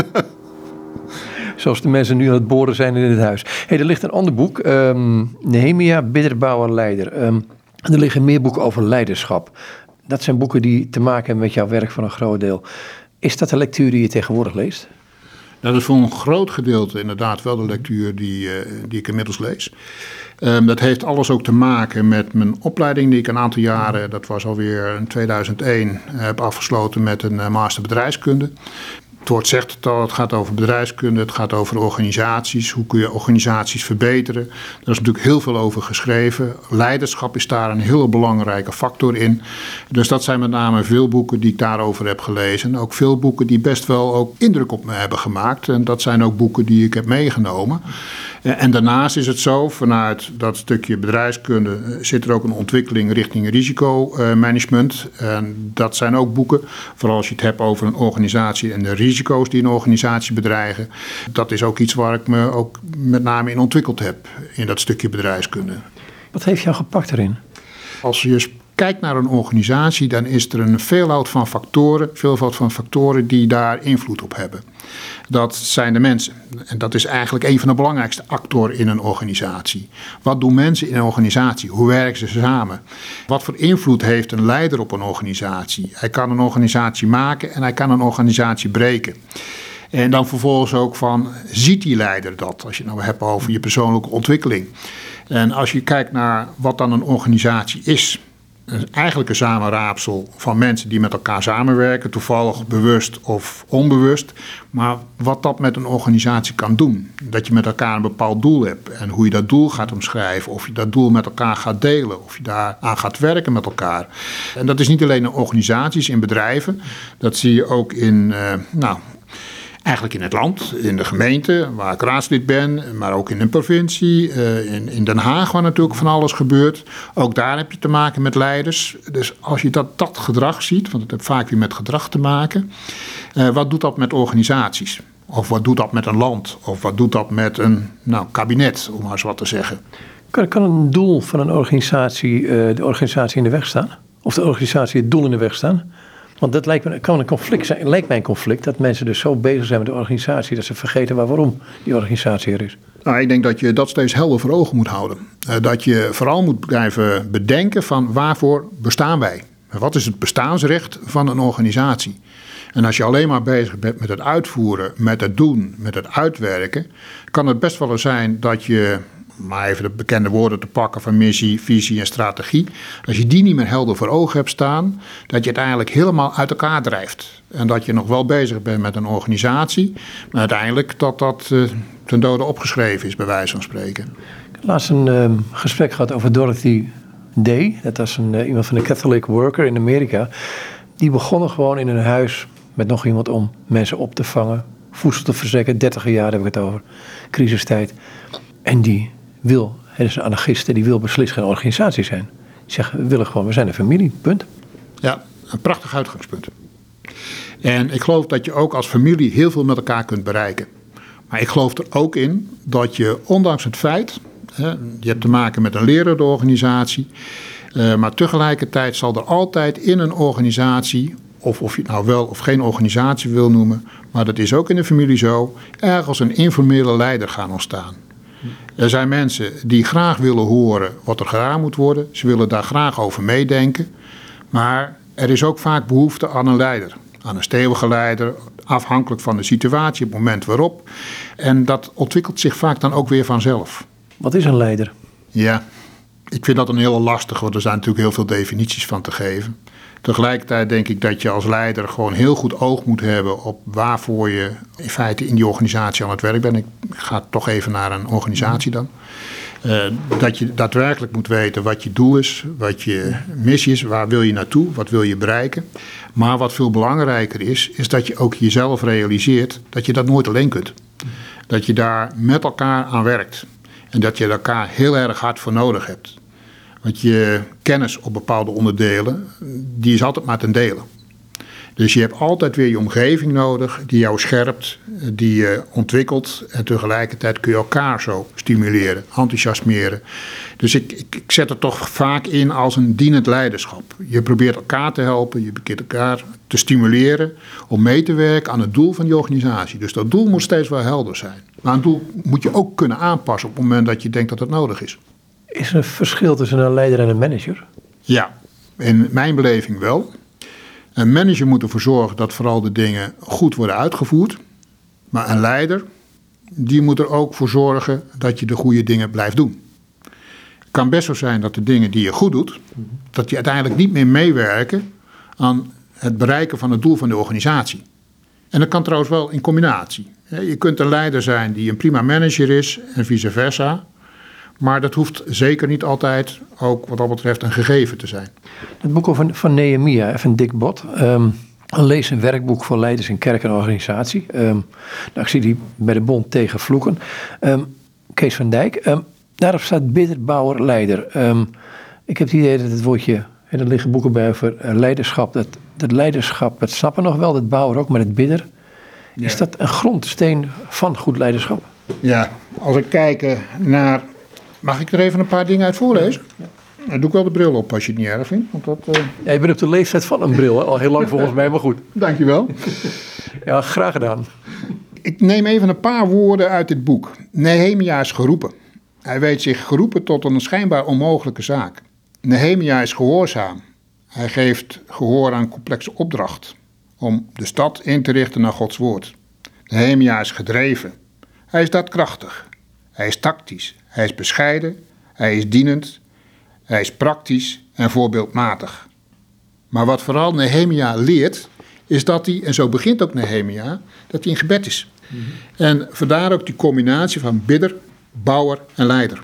Zoals de mensen nu aan het boren zijn in het huis. Hey, er ligt een ander boek. Nehemia, Bidderbouwer, Leider. Er liggen meer boeken over leiderschap. Dat zijn boeken die te maken hebben met jouw werk voor een groot deel. Is dat de lectuur die je tegenwoordig leest? Dat is voor een groot gedeelte inderdaad wel de lectuur die ik inmiddels lees. Dat heeft alles ook te maken met mijn opleiding die ik een aantal jaren, dat was alweer in 2001, heb afgesloten met een master bedrijfskunde. Het woord zegt het al, het gaat over bedrijfskunde, het gaat over organisaties. Hoe kun je organisaties verbeteren? Daar is natuurlijk heel veel over geschreven. Leiderschap is daar een heel belangrijke factor in. Dus dat zijn met name veel boeken die ik daarover heb gelezen. Ook veel boeken die best wel ook indruk op me hebben gemaakt. En dat zijn ook boeken die ik heb meegenomen. En daarnaast is het zo, vanuit dat stukje bedrijfskunde zit er ook een ontwikkeling richting risicomanagement. En dat zijn ook boeken, vooral als je het hebt over een organisatie en de risico's die een organisatie bedreigen. Dat is ook iets waar ik me ook met name in ontwikkeld heb, in dat stukje bedrijfskunde. Wat heeft jou gepakt erin? Als je kijkt naar een organisatie, dan is er een veelvoud van factoren die daar invloed op hebben. Dat zijn de mensen. En dat is eigenlijk een van de belangrijkste actoren in een organisatie. Wat doen mensen in een organisatie? Hoe werken ze samen? Wat voor invloed heeft een leider op een organisatie? Hij kan een organisatie maken en hij kan een organisatie breken. En dan vervolgens ook van, ziet die leider dat? Als je het nou hebt over je persoonlijke ontwikkeling. En als je kijkt naar wat dan een organisatie is, eigenlijk een samenraapsel van mensen die met elkaar samenwerken, toevallig bewust of onbewust. Maar wat dat met een organisatie kan doen. Dat je met elkaar een bepaald doel hebt en hoe je dat doel gaat omschrijven. Of je dat doel met elkaar gaat delen. Of je daaraan gaat werken met elkaar. En dat is niet alleen in organisaties, in bedrijven. Dat zie je ook in Eigenlijk in het land, in de gemeente waar ik raadslid ben, maar ook in een provincie, in Den Haag waar natuurlijk van alles gebeurt. Ook daar heb je te maken met leiders. Dus als je dat gedrag ziet, want het heeft vaak weer met gedrag te maken. Wat doet dat met organisaties? Of wat doet dat met een land? Of wat doet dat met een kabinet, om maar eens wat te zeggen? Kan een doel van een organisatie de organisatie in de weg staan? Of de organisatie het doel in de weg staan? Want dat kan een conflict zijn. Lijkt mij een conflict dat mensen dus zo bezig zijn met de organisatie dat ze vergeten waarom die organisatie er is. Nou, ik denk dat je dat steeds helder voor ogen moet houden. Dat je vooral moet blijven bedenken van waarvoor bestaan wij? Wat is het bestaansrecht van een organisatie? En als je alleen maar bezig bent met het uitvoeren, met het doen, met het uitwerken, kan het best wel eens zijn dat je, maar even de bekende woorden te pakken van missie, visie en strategie, als je die niet meer helder voor ogen hebt staan, dat je het eigenlijk helemaal uit elkaar drijft. En dat je nog wel bezig bent met een organisatie, maar uiteindelijk dat ten dode opgeschreven is, bij wijze van spreken. Ik heb laatst een gesprek gehad over Dorothy Day. Dat was iemand van de Catholic Worker in Amerika. Die begonnen gewoon in een huis met nog iemand om mensen op te vangen, voedsel te verzekken. 30 jaar heb ik het over, crisistijd. En die wil, het is een anarchist, die wil beslist geen organisatie zijn. Die zegt, we zijn een familie, punt. Ja, een prachtig uitgangspunt. En ik geloof dat je ook als familie heel veel met elkaar kunt bereiken. Maar ik geloof er ook in dat je, ondanks het feit, je hebt te maken met een lerende organisatie, maar tegelijkertijd zal er altijd in een organisatie, of je het nou wel of geen organisatie wil noemen, maar dat is ook in de familie zo, ergens een informele leider gaan ontstaan. Er zijn mensen die graag willen horen wat er gedaan moet worden. Ze willen daar graag over meedenken. Maar er is ook vaak behoefte aan een leider. Aan een stevige leider, afhankelijk van de situatie, het moment waarop. En dat ontwikkelt zich vaak dan ook weer vanzelf. Wat is een leider? Ja, ik vind dat een hele lastige, want er zijn natuurlijk heel veel definities van te geven. Tegelijkertijd denk ik dat je als leider gewoon heel goed oog moet hebben op waarvoor je in feite in die organisatie aan het werk bent. Ik ga toch even naar een organisatie dan. Dat je daadwerkelijk moet weten wat je doel is, wat je missie is, waar wil je naartoe, wat wil je bereiken. Maar wat veel belangrijker is dat je ook jezelf realiseert dat je dat nooit alleen kunt. Dat je daar met elkaar aan werkt en dat je elkaar heel erg hard voor nodig hebt. Want je kennis op bepaalde onderdelen, die is altijd maar ten dele. Dus je hebt altijd weer je omgeving nodig die jou scherpt, die je ontwikkelt. En tegelijkertijd kun je elkaar zo stimuleren, enthousiasmeren. Dus ik zet het toch vaak in als een dienend leiderschap. Je probeert elkaar te helpen, je probeert elkaar te stimuleren om mee te werken aan het doel van die organisatie. Dus dat doel moet steeds wel helder zijn. Maar een doel moet je ook kunnen aanpassen op het moment dat je denkt dat het nodig is. Is er een verschil tussen een leider en een manager? Ja, in mijn beleving wel. Een manager moet ervoor zorgen dat vooral de dingen goed worden uitgevoerd. Maar een leider, die moet er ook voor zorgen dat je de goede dingen blijft doen. Het kan best zo zijn dat de dingen die je goed doet, dat die uiteindelijk niet meer meewerken aan het bereiken van het doel van de organisatie. En dat kan trouwens wel in combinatie. Je kunt een leider zijn die een prima manager is en vice versa. Maar dat hoeft zeker niet altijd ook wat dat betreft een gegeven te zijn. Het boek van Nehemia, even een dik bot. Een lees- en werkboek voor leiders in kerk en organisatie. Ik zie die bij de Bond tegen vloeken. Kees van Dijk. Daarop staat bidder, bouwer, leider. Ik heb het idee dat het woordje, er liggen boeken bij over leiderschap. Dat leiderschap, dat snappen nog wel, dat bouwer ook, maar het bidder. Ja. Is dat een grondsteen van goed leiderschap? Ja, als ik kijk naar... Mag ik er even een paar dingen uit voorlezen? Ja. Dan doe ik wel de bril op als je het niet erg vindt. Want dat, Ja, je bent op de leeftijd van een bril, hè? Al heel lang volgens mij, maar goed. Dankjewel. Ja, graag gedaan. Ik neem even een paar woorden uit dit boek. Nehemia is geroepen. Hij weet zich geroepen tot een schijnbaar onmogelijke zaak. Nehemia is gehoorzaam. Hij geeft gehoor aan een complexe opdracht om de stad in te richten naar Gods woord. Nehemia is gedreven. Hij is daadkrachtig. Hij is tactisch. Hij is bescheiden. Hij is dienend. Hij is praktisch en voorbeeldmatig. Maar wat vooral Nehemia leert, is dat hij, en zo begint ook Nehemia, dat hij in gebed is. Mm-hmm. En vandaar ook die combinatie van bidder, bouwer en leider.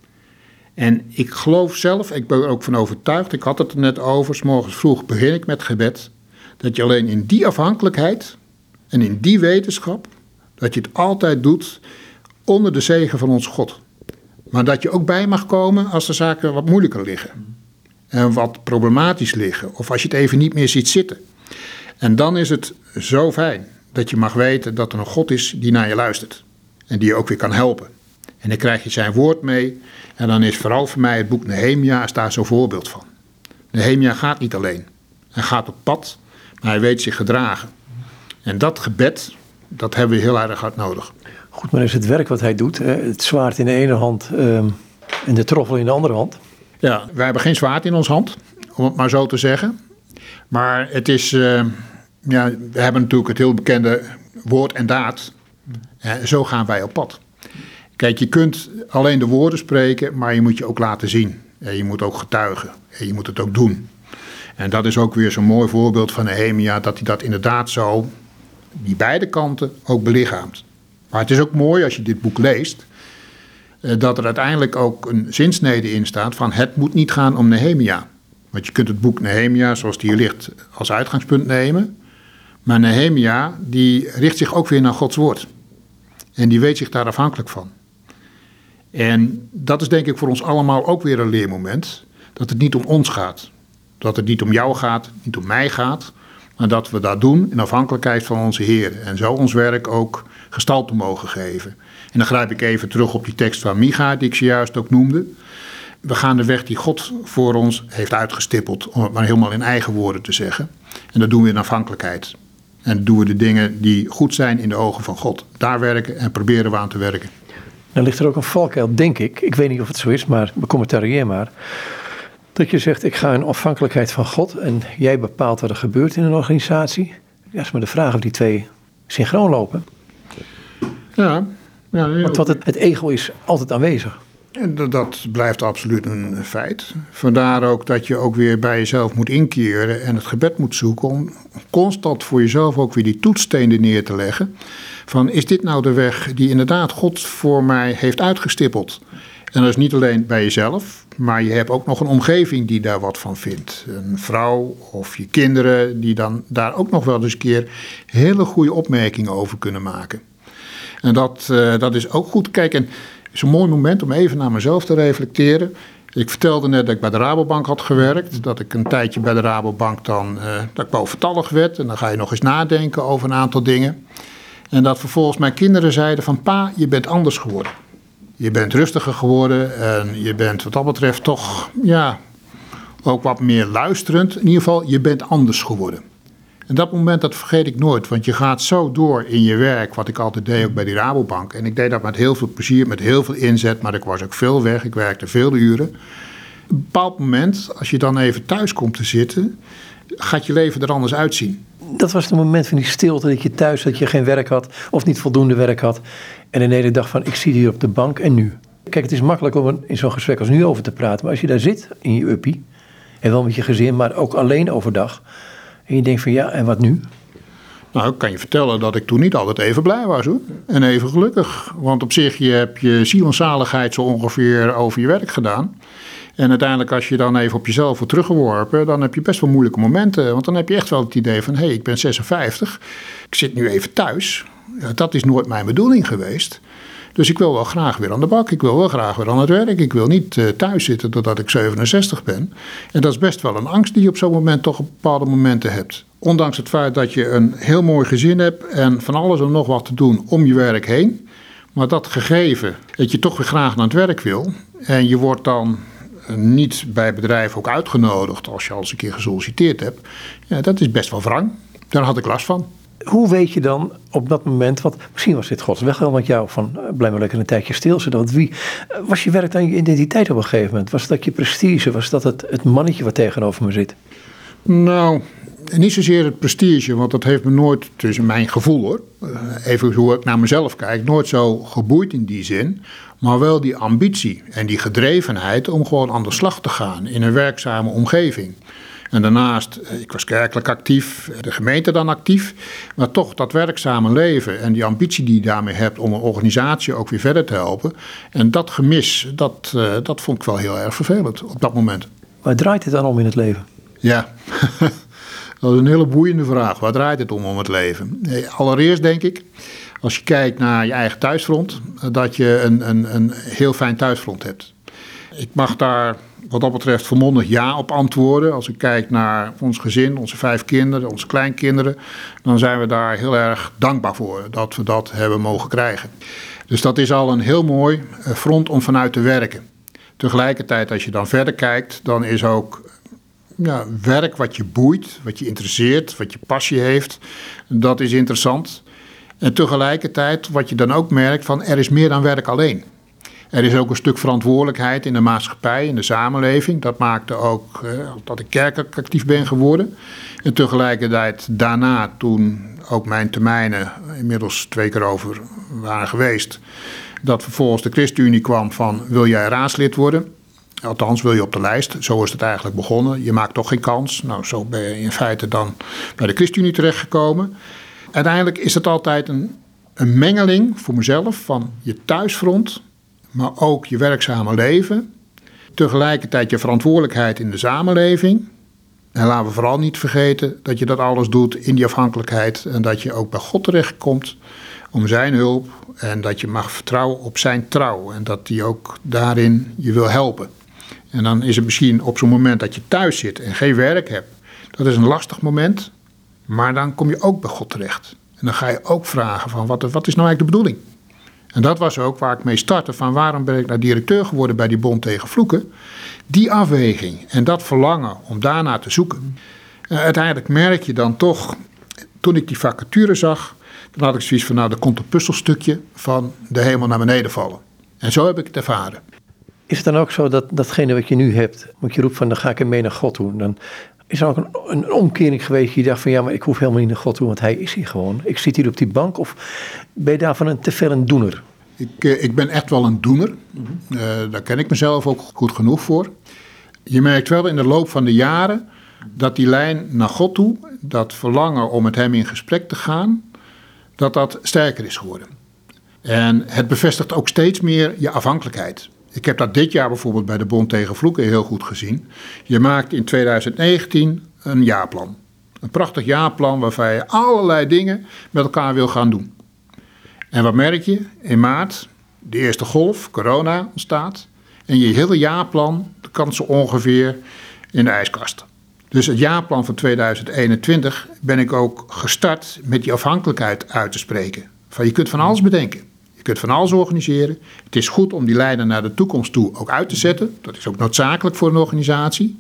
En ik geloof zelf, ik ben er ook van overtuigd, ik had het er net over, 's morgens vroeg begin ik met gebed, dat je alleen in die afhankelijkheid en in die wetenschap Dat je het altijd doet onder de zegen van ons God. Maar dat je ook bij mag komen als de zaken wat moeilijker liggen. En wat problematisch liggen. Of als je het even niet meer ziet zitten. En dan is het zo fijn dat je mag weten dat er een God is die naar je luistert. En die je ook weer kan helpen. En dan krijg je zijn woord mee. En dan is vooral voor mij het boek Nehemia is daar zo'n voorbeeld van. Nehemia gaat niet alleen. Hij gaat op pad, maar hij weet zich gedragen. En dat gebed, dat hebben we heel erg hard nodig. Goed, maar is het werk wat hij doet, het zwaard in de ene hand en de troffel in de andere hand? Ja, wij hebben geen zwaard in ons hand, om het maar zo te zeggen. Maar het is, we hebben natuurlijk het heel bekende woord en daad. Zo gaan wij op pad. Kijk, je kunt alleen de woorden spreken, maar je moet je ook laten zien. En je moet ook getuigen en je moet het ook doen. En dat is ook weer zo'n mooi voorbeeld van Nehemia, dat hij dat inderdaad zo, die beide kanten, ook belichaamt. Maar het is ook mooi als je dit boek leest, dat er uiteindelijk ook een zinsnede in staat van het moet niet gaan om Nehemia. Want je kunt het boek Nehemia, zoals die hier ligt, als uitgangspunt nemen. Maar Nehemia, die richt zich ook weer naar Gods woord. En die weet zich daar afhankelijk van. En dat is denk ik voor ons allemaal ook weer een leermoment, dat het niet om ons gaat. Dat het niet om jou gaat, niet om mij gaat, maar dat we dat doen in afhankelijkheid van onze Heer. En zo ons werk ook gestalte mogen geven. En dan grijp ik even terug op die tekst van Micha, die ik zojuist ook noemde. We gaan de weg die God voor ons heeft uitgestippeld, om het maar helemaal in eigen woorden te zeggen. En dat doen we in afhankelijkheid. En dan doen we de dingen die goed zijn in de ogen van God. Daar werken en proberen we aan te werken. Dan ligt er ook een valkuil, denk ik. Ik weet niet of het zo is, maar becommentarieer maar. Dat je zegt, ik ga in afhankelijkheid van God en jij bepaalt wat er gebeurt in een organisatie. Ja, is maar de vraag of die twee synchroon lopen. Ja. Want het ego is altijd aanwezig. En dat blijft absoluut een feit. Vandaar ook dat je ook weer bij jezelf moet inkeren en het gebed moet zoeken om constant voor jezelf ook weer die toetsstenen neer te leggen. Van, is dit nou de weg die inderdaad God voor mij heeft uitgestippeld? En dat is niet alleen bij jezelf, maar je hebt ook nog een omgeving die daar wat van vindt. Een vrouw of je kinderen die dan daar ook nog wel eens een keer hele goede opmerkingen over kunnen maken. En dat is ook goed. Kijk, en het is een mooi moment om even naar mezelf te reflecteren. Ik vertelde net dat ik bij de Rabobank had gewerkt. Dat ik een tijdje bij de Rabobank dan dat ik boventallig werd. En dan ga je nog eens nadenken over een aantal dingen. En dat vervolgens mijn kinderen zeiden van, pa, je bent anders geworden. Je bent rustiger geworden en je bent wat dat betreft toch, ja, ook wat meer luisterend. In ieder geval, je bent anders geworden. En dat moment, dat vergeet ik nooit, want je gaat zo door in je werk, wat ik altijd deed ook bij die Rabobank. En ik deed dat met heel veel plezier, met heel veel inzet, maar ik was ook veel weg, ik werkte veel uren. Op een bepaald moment, als je dan even thuis komt te zitten, gaat je leven er anders uitzien. Dat was het moment van die stilte, dat je thuis, dat je geen werk had of niet voldoende werk had. En de hele dag van, ik zit hier op de bank en nu. Kijk, het is makkelijk om in zo'n gesprek als nu over te praten, maar als je daar zit in je uppie, en wel met je gezin, maar ook alleen overdag, en je denkt van ja, en wat nu? Nou, ik kan je vertellen dat ik toen niet altijd even blij was, hoor. En even gelukkig. Want op zich, je hebt je ziel en zaligheid zo ongeveer over je werk gedaan. En uiteindelijk, als je dan even op jezelf wordt teruggeworpen, dan heb je best wel moeilijke momenten. Want dan heb je echt wel het idee van, hé, ik ben 56, ik zit nu even thuis. Ja, dat is nooit mijn bedoeling geweest. Dus ik wil wel graag weer aan de bak, ik wil wel graag weer aan het werk. Ik wil niet thuis zitten totdat ik 67 ben. En dat is best wel een angst die je op zo'n moment toch op bepaalde momenten hebt. Ondanks het feit dat je een heel mooi gezin hebt en van alles en nog wat te doen om je werk heen. Maar dat gegeven dat je toch weer graag naar het werk wil en je wordt dan niet bij bedrijven ook uitgenodigd als je al eens een keer gesolliciteerd hebt. Ja, dat is best wel wrang. Daar had ik last van. Hoe weet je dan op dat moment, want misschien was dit Gods weg wel met jou, van blijf maar lekker een tijdje stilzitten. Want wie was je werk dan je identiteit op een gegeven moment? Was dat je prestige? Was dat het mannetje wat tegenover me zit? Nou, niet zozeer het prestige, want dat heeft me nooit, tussen mijn gevoel hoor, even hoe ik naar mezelf kijk, nooit zo geboeid in die zin. Maar wel die ambitie en die gedrevenheid om gewoon aan de slag te gaan in een werkzame omgeving. En daarnaast, ik was kerkelijk actief, de gemeente dan actief. Maar toch dat werkzame leven en die ambitie die je daarmee hebt om een organisatie ook weer verder te helpen. En dat gemis, dat vond ik wel heel erg vervelend op dat moment. Waar draait het dan om in het leven? Ja, dat is een hele boeiende vraag. Waar draait het om het leven? Allereerst denk ik, als je kijkt naar je eigen thuisfront, dat je een heel fijn thuisfront hebt. Ik mag daar wat dat betreft volmondig ja op antwoorden. Als ik kijk naar ons gezin, onze 5 kinderen, onze kleinkinderen, dan zijn we daar heel erg dankbaar voor dat we dat hebben mogen krijgen. Dus dat is al een heel mooi front om vanuit te werken. Tegelijkertijd, als je dan verder kijkt, dan is ook werk wat je boeit, wat je interesseert, wat je passie heeft, dat is interessant. En tegelijkertijd, wat je dan ook merkt, van er is meer dan werk alleen. Er is ook een stuk verantwoordelijkheid in de maatschappij, in de samenleving. Dat maakte ook dat ik kerkelijk actief ben geworden. En tegelijkertijd daarna, toen ook mijn termijnen inmiddels 2 keer over waren geweest, dat vervolgens de ChristenUnie kwam van, wil jij raadslid worden? Althans, wil je op de lijst? Zo is het eigenlijk begonnen. Je maakt toch geen kans. Nou, zo ben je in feite dan bij de ChristenUnie terechtgekomen. Uiteindelijk is het altijd een mengeling voor mezelf van je thuisfront, maar ook je werkzame leven. Tegelijkertijd je verantwoordelijkheid in de samenleving. En laten we vooral niet vergeten dat je dat alles doet in die afhankelijkheid. En dat je ook bij God terechtkomt om zijn hulp. En dat je mag vertrouwen op zijn trouw. En dat hij ook daarin je wil helpen. En dan is het misschien op zo'n moment dat je thuis zit en geen werk hebt. Dat is een lastig moment. Maar dan kom je ook bij God terecht. En dan ga je ook vragen van wat is nou eigenlijk de bedoeling? En dat was ook waar ik mee startte van waarom ben ik nou directeur geworden bij die Bond tegen Vloeken. Die afweging en dat verlangen om daarna te zoeken. Uiteindelijk merk je dan toch, toen ik die vacature zag, dan had ik zoiets van er komt een puzzelstukje van de hemel naar beneden vallen. En zo heb ik het ervaren. Is het dan ook zo dat datgene wat je nu hebt, want je roept van dan ga ik ermee naar God toe, dan is er ook een omkering geweest, je dacht van ja, maar ik hoef helemaal niet naar God toe, want hij is hier gewoon. Ik zit hier op die bank, of ben je daarvan te veel een doener? Ik ben echt wel een doener. Daar ken ik mezelf ook goed genoeg voor. Je merkt wel in de loop van de jaren dat die lijn naar God toe, dat verlangen om met hem in gesprek te gaan, dat sterker is geworden. En het bevestigt ook steeds meer je afhankelijkheid. Ik heb dat dit jaar bijvoorbeeld bij de Bond tegen Vloeken heel goed gezien. Je maakt in 2019 een jaarplan. Een prachtig jaarplan waarvan je allerlei dingen met elkaar wil gaan doen. En wat merk je? In maart, de eerste golf, corona, ontstaat. En je hele jaarplan kan zo ongeveer in de ijskast. Dus het jaarplan van 2021 ben ik ook gestart met die afhankelijkheid uit te spreken. Van je kunt van alles bedenken. Je kunt van alles organiseren. Het is goed om die lijnen naar de toekomst toe ook uit te zetten. Dat is ook noodzakelijk voor een organisatie.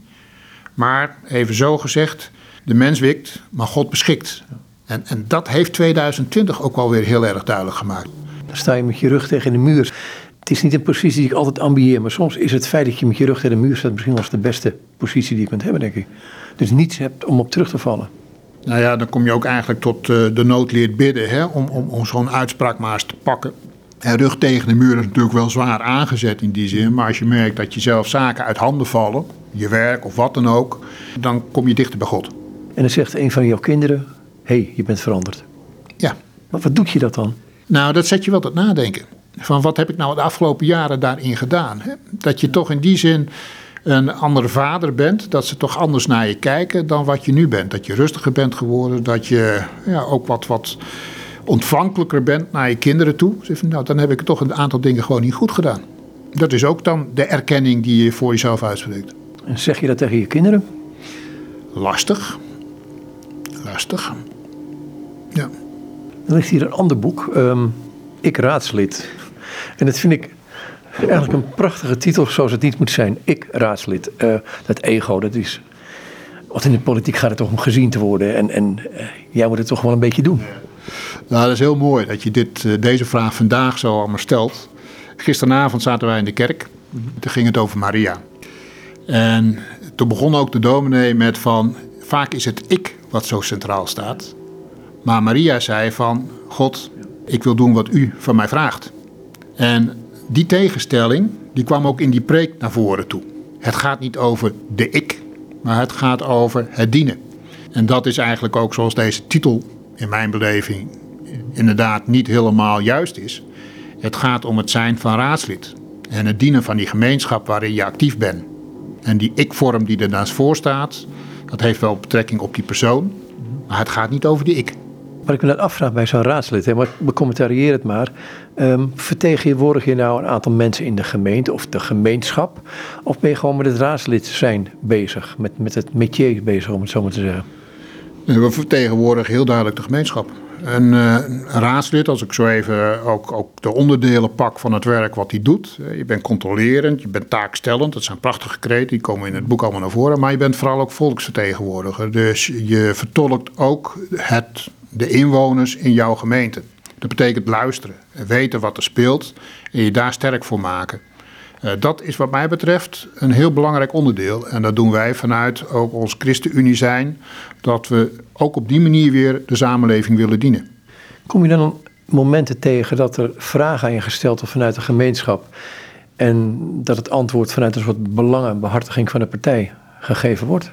Maar even zo gezegd, de mens wikt, maar God beschikt. En dat heeft 2020 ook wel weer heel erg duidelijk gemaakt. Dan sta je met je rug tegen de muur. Het is niet een positie die ik altijd ambieer, maar soms is het feit dat je met je rug tegen de muur staat misschien wel eens de beste positie die je kunt hebben, denk ik. Dus niets hebt om op terug te vallen. Nou ja, dan kom je ook eigenlijk tot de nood leert bidden, hè, om zo'n uitspraak maar eens te pakken. En rug tegen de muur is natuurlijk wel zwaar aangezet in die zin, maar als je merkt dat je zelf zaken uit handen vallen, je werk of wat dan ook, dan kom je dichter bij God. En dan zegt een van jouw kinderen, hé, je bent veranderd. Ja. Maar wat doet je dat dan? Nou, dat zet je wel tot nadenken. Van wat heb ik nou de afgelopen jaren daarin gedaan? Hè? Dat je toch in die zin een andere vader bent. Dat ze toch anders naar je kijken dan wat je nu bent. Dat je rustiger bent geworden. Dat je ook wat ontvankelijker bent naar je kinderen toe. Nou, dan heb ik toch een aantal dingen gewoon niet goed gedaan. Dat is ook dan de erkenning die je voor jezelf uitspreekt. En zeg je dat tegen je kinderen? Lastig. Ja. Er ligt hier een ander boek. Ik raadslid. En dat vind ik eigenlijk een prachtige titel zoals het niet moet zijn. Ik raadslid. Dat ego, dat is... Want in de politiek gaat het toch om gezien te worden. En jij moet het toch wel een beetje doen. Nou, dat is heel mooi dat je deze vraag vandaag zo allemaal stelt. Gisteravond zaten wij in de kerk. Toen ging het over Maria. En toen begon ook de dominee met van... Vaak is het ik wat zo centraal staat. Maar Maria zei van... God, ik wil doen wat u van mij vraagt. En die tegenstelling, die kwam ook in die preek naar voren toe. Het gaat niet over de ik, maar het gaat over het dienen. En dat is eigenlijk ook zoals deze titel in mijn beleving inderdaad niet helemaal juist is. Het gaat om het zijn van raadslid. En het dienen van die gemeenschap waarin je actief bent. En die ik-vorm die er naast voor staat, dat heeft wel betrekking op die persoon. Maar het gaat niet over die ik. Wat ik me net afvraag bij zo'n raadslid, hè, maar becommentarieer het maar. Vertegenwoordig je nou een aantal mensen in de gemeente of de gemeenschap? Of ben je gewoon met het raadslid zijn bezig, met het métier bezig, om het zo maar te zeggen? We vertegenwoordigen heel duidelijk de gemeenschap. Een raadslid, als ik zo even ook de onderdelen pak van het werk wat hij doet. Je bent controlerend, je bent taakstellend. Dat zijn prachtige kreten, die komen in het boek allemaal naar voren. Maar je bent vooral ook volksvertegenwoordiger. Dus je vertolkt ook de inwoners in jouw gemeente. Dat betekent luisteren en weten wat er speelt en je daar sterk voor maken. Dat is wat mij betreft een heel belangrijk onderdeel. En dat doen wij vanuit ook ons ChristenUnie zijn. Dat we ook op die manier weer de samenleving willen dienen. Kom je dan momenten tegen dat er vragen aan je gesteld worden vanuit de gemeenschap. En dat het antwoord vanuit een soort belangenbehartiging van de partij gegeven wordt?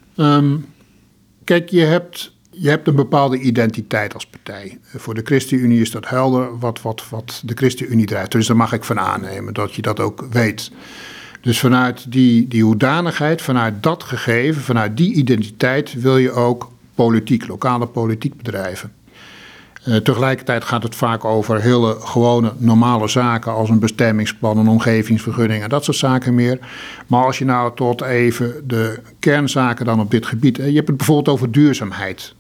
Kijk, je hebt een bepaalde identiteit als partij. Voor de ChristenUnie is dat helder wat de ChristenUnie drijft. Dus daar mag ik van aannemen dat je dat ook weet. Dus vanuit die hoedanigheid, vanuit dat gegeven, vanuit die identiteit wil je ook lokale politiek bedrijven. Tegelijkertijd gaat het vaak over hele gewone normale zaken als een bestemmingsplan, een omgevingsvergunning en dat soort zaken meer. Maar als je nou tot even de kernzaken dan op dit gebied, je hebt het bijvoorbeeld over duurzaamheid.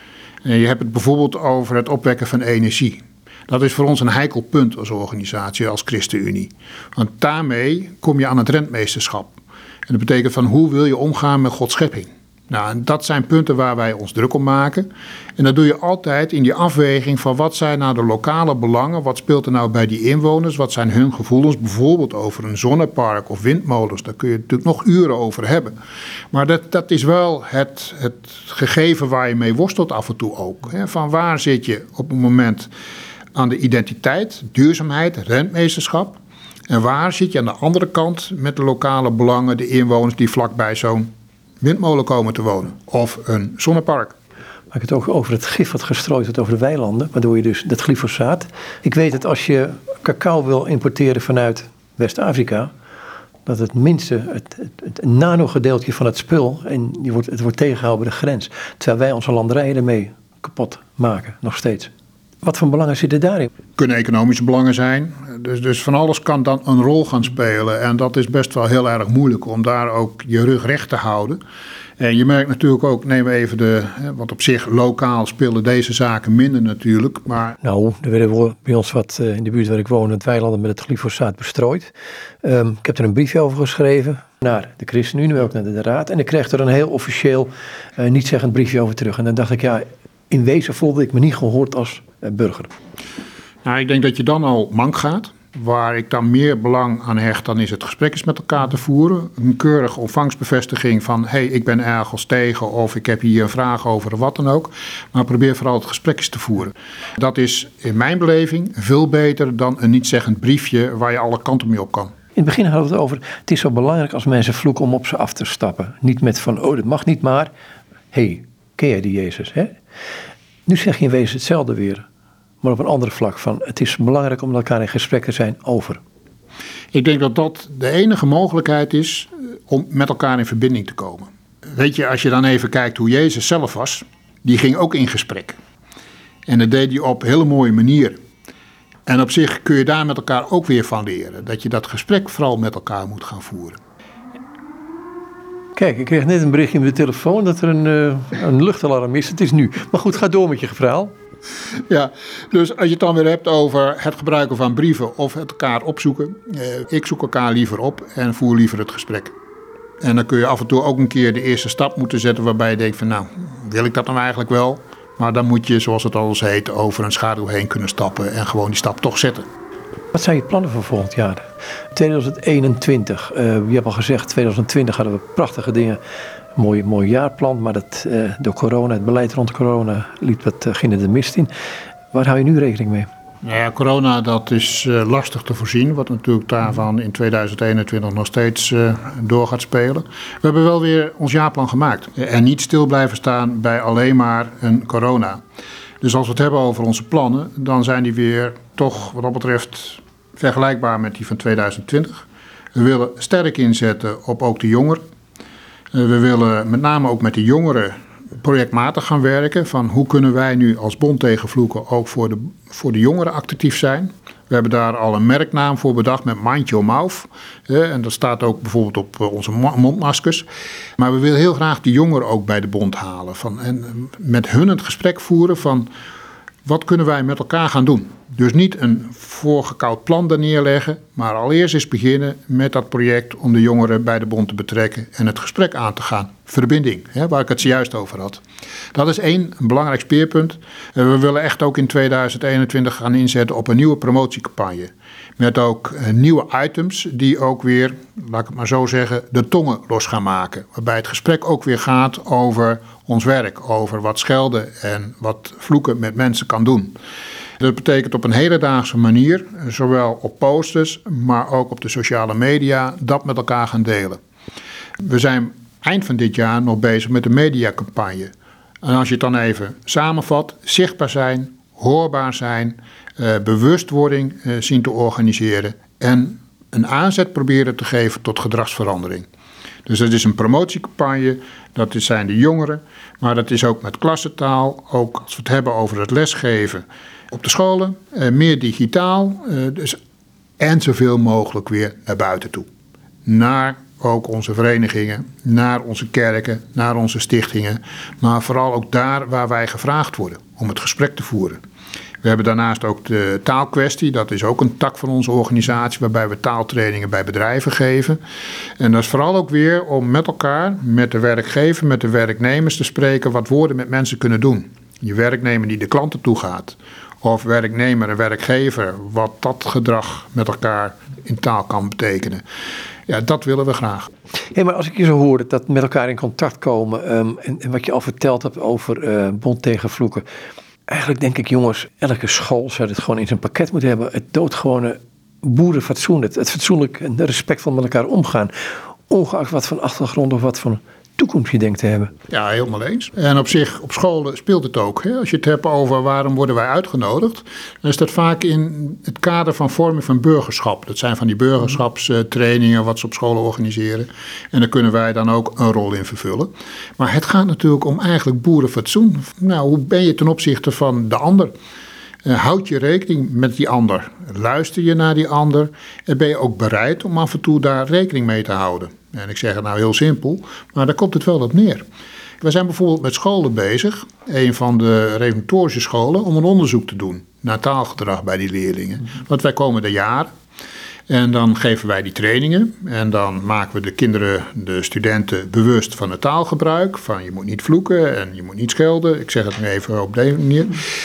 En je hebt het bijvoorbeeld over het opwekken van energie. Dat is voor ons een heikel punt als organisatie, als ChristenUnie. Want daarmee kom je aan het rentmeesterschap. En dat betekent van hoe wil je omgaan met Gods schepping. Nou, en dat zijn punten waar wij ons druk om maken. En dat doe je altijd in die afweging van wat zijn nou de lokale belangen, wat speelt er nou bij die inwoners, wat zijn hun gevoelens, bijvoorbeeld over een zonnepark of windmolens. Daar kun je natuurlijk nog uren over hebben. Maar dat is wel het gegeven waar je mee worstelt af en toe ook. Hè? Van waar zit je op het moment aan de identiteit, duurzaamheid, rentmeesterschap. En waar zit je aan de andere kant met de lokale belangen, de inwoners die vlakbij zo'n windmolen komen te wonen of een zonnepark. Maar ik het ook over het gif wat gestrooid wordt over de weilanden, waardoor je dus dat glyfosaat. Ik weet dat als je cacao wil importeren vanuit West-Afrika, dat het minste, het nanogedeeltje van het spul, en het wordt tegengehouden bij de grens. Terwijl wij onze landerijen ermee kapot maken, nog steeds. Wat voor belangen zitten daarin? Kunnen economische belangen zijn. Dus van alles kan dan een rol gaan spelen. En dat is best wel heel erg moeilijk om daar ook je rug recht te houden. En je merkt natuurlijk ook, neem even want op zich lokaal spelen deze zaken minder natuurlijk. Maar nou, er werden bij ons wat in de buurt waar ik woon, het weilanden met het glyfosaat bestrooid. Ik heb er een briefje over geschreven naar de ChristenUnie, maar ook naar de Raad. En ik kreeg er een heel officieel, niet-zeggend briefje over terug. En dan dacht ik, ja, in wezen voelde ik me niet gehoord als burger. Nou, ik denk dat je dan al mank gaat. Waar ik dan meer belang aan hecht, dan is het gesprek eens met elkaar te voeren. Een keurige ontvangstbevestiging van, ik ben ergens tegen of ik heb hier een vraag over of wat dan ook. Maar probeer vooral het gesprek eens te voeren. Dat is in mijn beleving veel beter dan een niet-zeggend briefje waar je alle kanten mee op kan. In het begin hadden we het over, het is zo belangrijk als mensen vloeken om op ze af te stappen. Niet met van, dat mag niet, maar, ken jij die Jezus, hè? Nu zeg je in wezen hetzelfde weer, maar op een ander vlak van het is belangrijk om met elkaar in gesprek te zijn over. Ik denk dat dat de enige mogelijkheid is om met elkaar in verbinding te komen. Weet je, als je dan even kijkt hoe Jezus zelf was, die ging ook in gesprek. En dat deed hij op hele mooie manieren. En op zich kun je daar met elkaar ook weer van leren. Dat je dat gesprek vooral met elkaar moet gaan voeren. Kijk, ik kreeg net een berichtje op de telefoon dat er een luchtalarm is. Het is nu. Maar goed, ga door met je verhaal. Ja, dus als je het dan weer hebt over het gebruiken van brieven of het elkaar opzoeken. Ik zoek elkaar liever op en voer liever het gesprek. En dan kun je af en toe ook een keer de eerste stap moeten zetten waarbij je denkt van nou, wil ik dat nou eigenlijk wel? Maar dan moet je, zoals het al eens heet, over een schaduw heen kunnen stappen en gewoon die stap toch zetten. Wat zijn je plannen voor volgend jaar? 2021, je hebt al gezegd, 2020 hadden we prachtige dingen. Mooi jaarplan, maar door corona, het beleid rond corona ging er de mist in. Waar hou je nu rekening mee? Ja, corona, dat is lastig te voorzien, wat natuurlijk daarvan in 2021 nog steeds door gaat spelen. We hebben wel weer ons jaarplan gemaakt en niet stil blijven staan bij alleen maar een corona. Dus als we het hebben over onze plannen, dan zijn die weer toch wat dat betreft vergelijkbaar met die van 2020. We willen sterk inzetten op ook de jongeren. We willen met name ook met de jongeren projectmatig gaan werken. Van hoe kunnen wij nu als Bond tegen Vloeken ook voor de jongeren actief zijn. We hebben daar al een merknaam voor bedacht met Mind Your Mouth. En dat staat ook bijvoorbeeld op onze mondmaskers. Maar we willen heel graag de jongeren ook bij de Bond halen. En met hun het gesprek voeren van wat kunnen wij met elkaar gaan doen. Dus niet een voorgekoud plan daar neerleggen, maar allereerst eens beginnen met dat project om de jongeren bij de Bond te betrekken en het gesprek aan te gaan. Verbinding, waar ik het zojuist over had. Dat is een belangrijk speerpunt. We willen echt ook in 2021 gaan inzetten op een nieuwe promotiecampagne. Met ook nieuwe items die ook weer, laat ik het maar zo zeggen, de tongen los gaan maken. Waarbij het gesprek ook weer gaat over ons werk, over wat schelden en wat vloeken met mensen kan doen. Dat betekent op een hedendaagse manier, zowel op posters, maar ook op de sociale media, dat met elkaar gaan delen. We zijn eind van dit jaar nog bezig met de mediacampagne. En als je het dan even samenvat, zichtbaar zijn, hoorbaar zijn, bewustwording zien te organiseren en een aanzet proberen te geven tot gedragsverandering. Dus dat is een promotiecampagne, dat zijn de jongeren, maar dat is ook met klassentaal, ook als we het hebben over het lesgeven op de scholen, meer digitaal, en zoveel mogelijk weer naar buiten toe. Naar ook onze verenigingen, naar onze kerken, naar onze stichtingen, maar vooral ook daar waar wij gevraagd worden om het gesprek te voeren. We hebben daarnaast ook de taalkwestie, dat is ook een tak van onze organisatie waarbij we taaltrainingen bij bedrijven geven. En dat is vooral ook weer om met elkaar, met de werkgever, met de werknemers te spreken wat woorden met mensen kunnen doen. Je werknemer die de klanten toegaat, of werknemer en werkgever, wat dat gedrag met elkaar in taal kan betekenen. Ja, dat willen we graag. Hey, maar als ik je zo hoor dat met elkaar in contact komen en wat je al verteld hebt over Bond tegen Vloeken. Eigenlijk denk ik, jongens, elke school zou dit gewoon in zijn pakket moeten hebben. Het doodgewone boerenfatsoen, het fatsoenlijk en respectvol met elkaar omgaan. Ongeacht wat van achtergrond of wat van toekomst je denkt te hebben. Ja, helemaal eens. En op zich, op scholen speelt het ook. Als je het hebt over waarom worden wij uitgenodigd, dan is dat vaak in het kader van vorming van burgerschap. Dat zijn van die burgerschapstrainingen wat ze op scholen organiseren. En daar kunnen wij dan ook een rol in vervullen. Maar het gaat natuurlijk om eigenlijk boerenfatsoen. Nou, hoe ben je ten opzichte van de ander? Houd je rekening met die ander? Luister je naar die ander? En ben je ook bereid om af en toe daar rekening mee te houden? En ik zeg het nou heel simpel, maar daar komt het wel op neer. We zijn bijvoorbeeld met scholen bezig, een van de reformatorische scholen, om een onderzoek te doen naar taalgedrag bij die leerlingen. Want wij komen er jaren en dan geven wij die trainingen en dan maken we de kinderen, de studenten bewust van het taalgebruik. Van je moet niet vloeken en je moet niet schelden. Ik zeg het nu even op deze manier.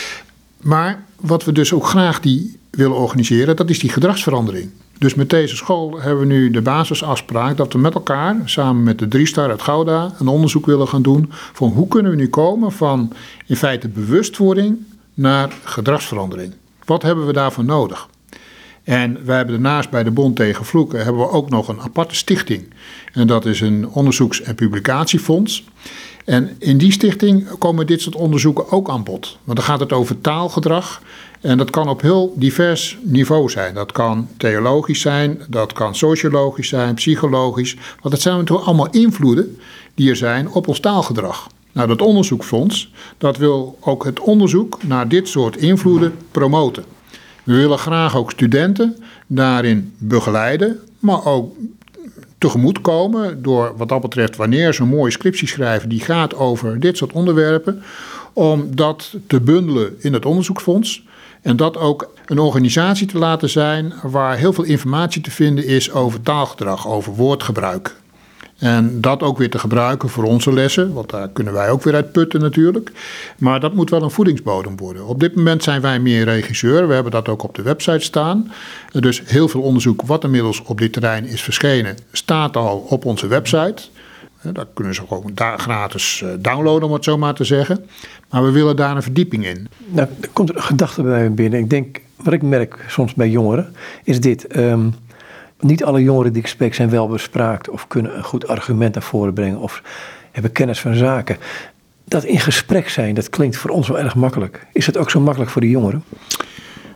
Maar wat we dus ook graag willen organiseren, dat is die gedragsverandering. Dus met deze school hebben we nu de basisafspraak dat we met elkaar, samen met de 3-star uit Gouda, een onderzoek willen gaan doen van hoe kunnen we nu komen van in feite bewustwording naar gedragsverandering. Wat hebben we daarvoor nodig? En wij hebben daarnaast bij de Bond tegen Vloeken hebben we ook nog een aparte stichting. En dat is een onderzoeks- en publicatiefonds. En in die stichting komen dit soort onderzoeken ook aan bod. Want dan gaat het over taalgedrag. En dat kan op heel divers niveau zijn. Dat kan theologisch zijn, dat kan sociologisch zijn, psychologisch. Want dat zijn natuurlijk allemaal invloeden die er zijn op ons taalgedrag. Nou, dat onderzoekfonds, dat wil ook het onderzoek naar dit soort invloeden promoten. We willen graag ook studenten daarin begeleiden, maar ook tegemoetkomen door wat dat betreft wanneer ze een mooie scriptie schrijven die gaat over dit soort onderwerpen, om dat te bundelen in het onderzoeksfonds en dat ook een organisatie te laten zijn waar heel veel informatie te vinden is over taalgedrag, over woordgebruik. En dat ook weer te gebruiken voor onze lessen, want daar kunnen wij ook weer uit putten natuurlijk. Maar dat moet wel een voedingsbodem worden. Op dit moment zijn wij meer regisseur, we hebben dat ook op de website staan. Dus heel veel onderzoek wat inmiddels op dit terrein is verschenen, staat al op onze website. Dat kunnen ze gewoon gratis downloaden, om het zo maar te zeggen. Maar we willen daar een verdieping in. Nou, er komt een gedachte bij me binnen. Ik denk, wat ik merk soms bij jongeren, is dit. Niet alle jongeren die ik spreek zijn wel bespraakt of kunnen een goed argument naar voren brengen of hebben kennis van zaken. Dat in gesprek zijn, dat klinkt voor ons wel erg makkelijk. Is het ook zo makkelijk voor de jongeren?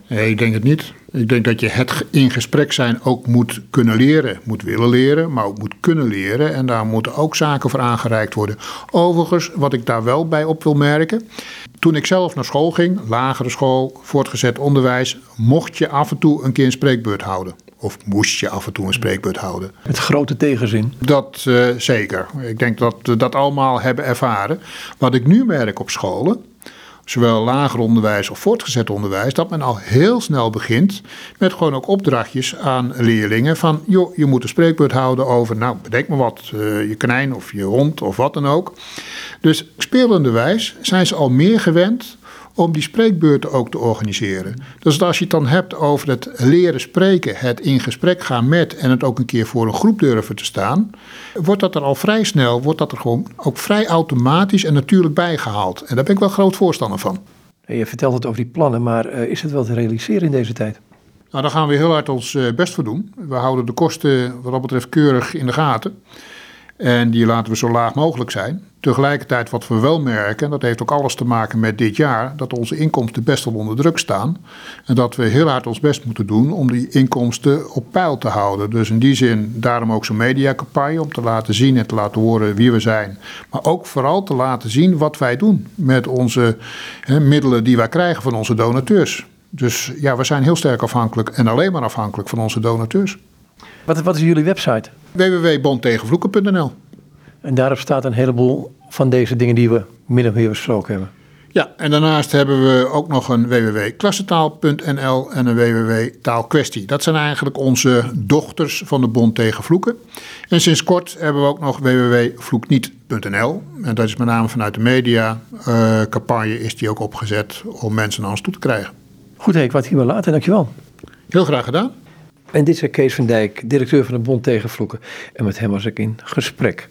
Nee, ik denk het niet. Ik denk dat je het in gesprek zijn ook moet kunnen leren. Moet willen leren, maar ook moet kunnen leren. En daar moeten ook zaken voor aangereikt worden. Overigens, wat ik daar wel bij op wil merken. Toen ik zelf naar school ging, lagere school, voortgezet onderwijs, mocht je af en toe een keer een spreekbeurt houden. Of moest je af en toe een spreekbeurt houden. Met grote tegenzin. Dat zeker. Ik denk dat we dat allemaal hebben ervaren. Wat ik nu merk op scholen, zowel lager onderwijs of voortgezet onderwijs, dat men al heel snel begint met gewoon ook opdrachtjes aan leerlingen van, joh, je moet een spreekbeurt houden over, nou, bedenk maar wat, je konijn of je hond of wat dan ook. Dus spelenderwijs zijn ze al meer gewend om die spreekbeurten ook te organiseren. Dus als je het dan hebt over het leren spreken, het in gesprek gaan met en het ook een keer voor een groep durven te staan, wordt dat er al vrij snel, wordt dat er gewoon ook vrij automatisch en natuurlijk bijgehaald. En daar ben ik wel groot voorstander van. Je vertelt het over die plannen, maar is het wel te realiseren in deze tijd? Nou, daar gaan we heel hard ons best voor doen. We houden de kosten wat dat betreft keurig in de gaten. En die laten we zo laag mogelijk zijn. Tegelijkertijd wat we wel merken, en dat heeft ook alles te maken met dit jaar, dat onze inkomsten best wel onder druk staan. En dat we heel hard ons best moeten doen om die inkomsten op peil te houden. Dus in die zin daarom ook zo'n mediacampagne om te laten zien en te laten horen wie we zijn. Maar ook vooral te laten zien wat wij doen met onze middelen die wij krijgen van onze donateurs. Dus ja, we zijn heel sterk afhankelijk en alleen maar afhankelijk van onze donateurs. Wat is jullie website? www.bondtegenvloeken.nl. En daarop staat een heleboel van deze dingen die we min of meer besproken hebben. Ja, en daarnaast hebben we ook nog een www.klassentaal.nl en een www.taalkwestie. Dat zijn eigenlijk onze dochters van de Bond tegen Vloeken. En sinds kort hebben we ook nog www.vloekniet.nl. En dat is met name vanuit de media campagne is die ook opgezet om mensen naar ons toe te krijgen. Goed, ik wat hier wel laten. Dankjewel. Heel graag gedaan. En dit is Kees van Dijk, directeur van de Bond tegen Vloeken. En met hem was ik in gesprek.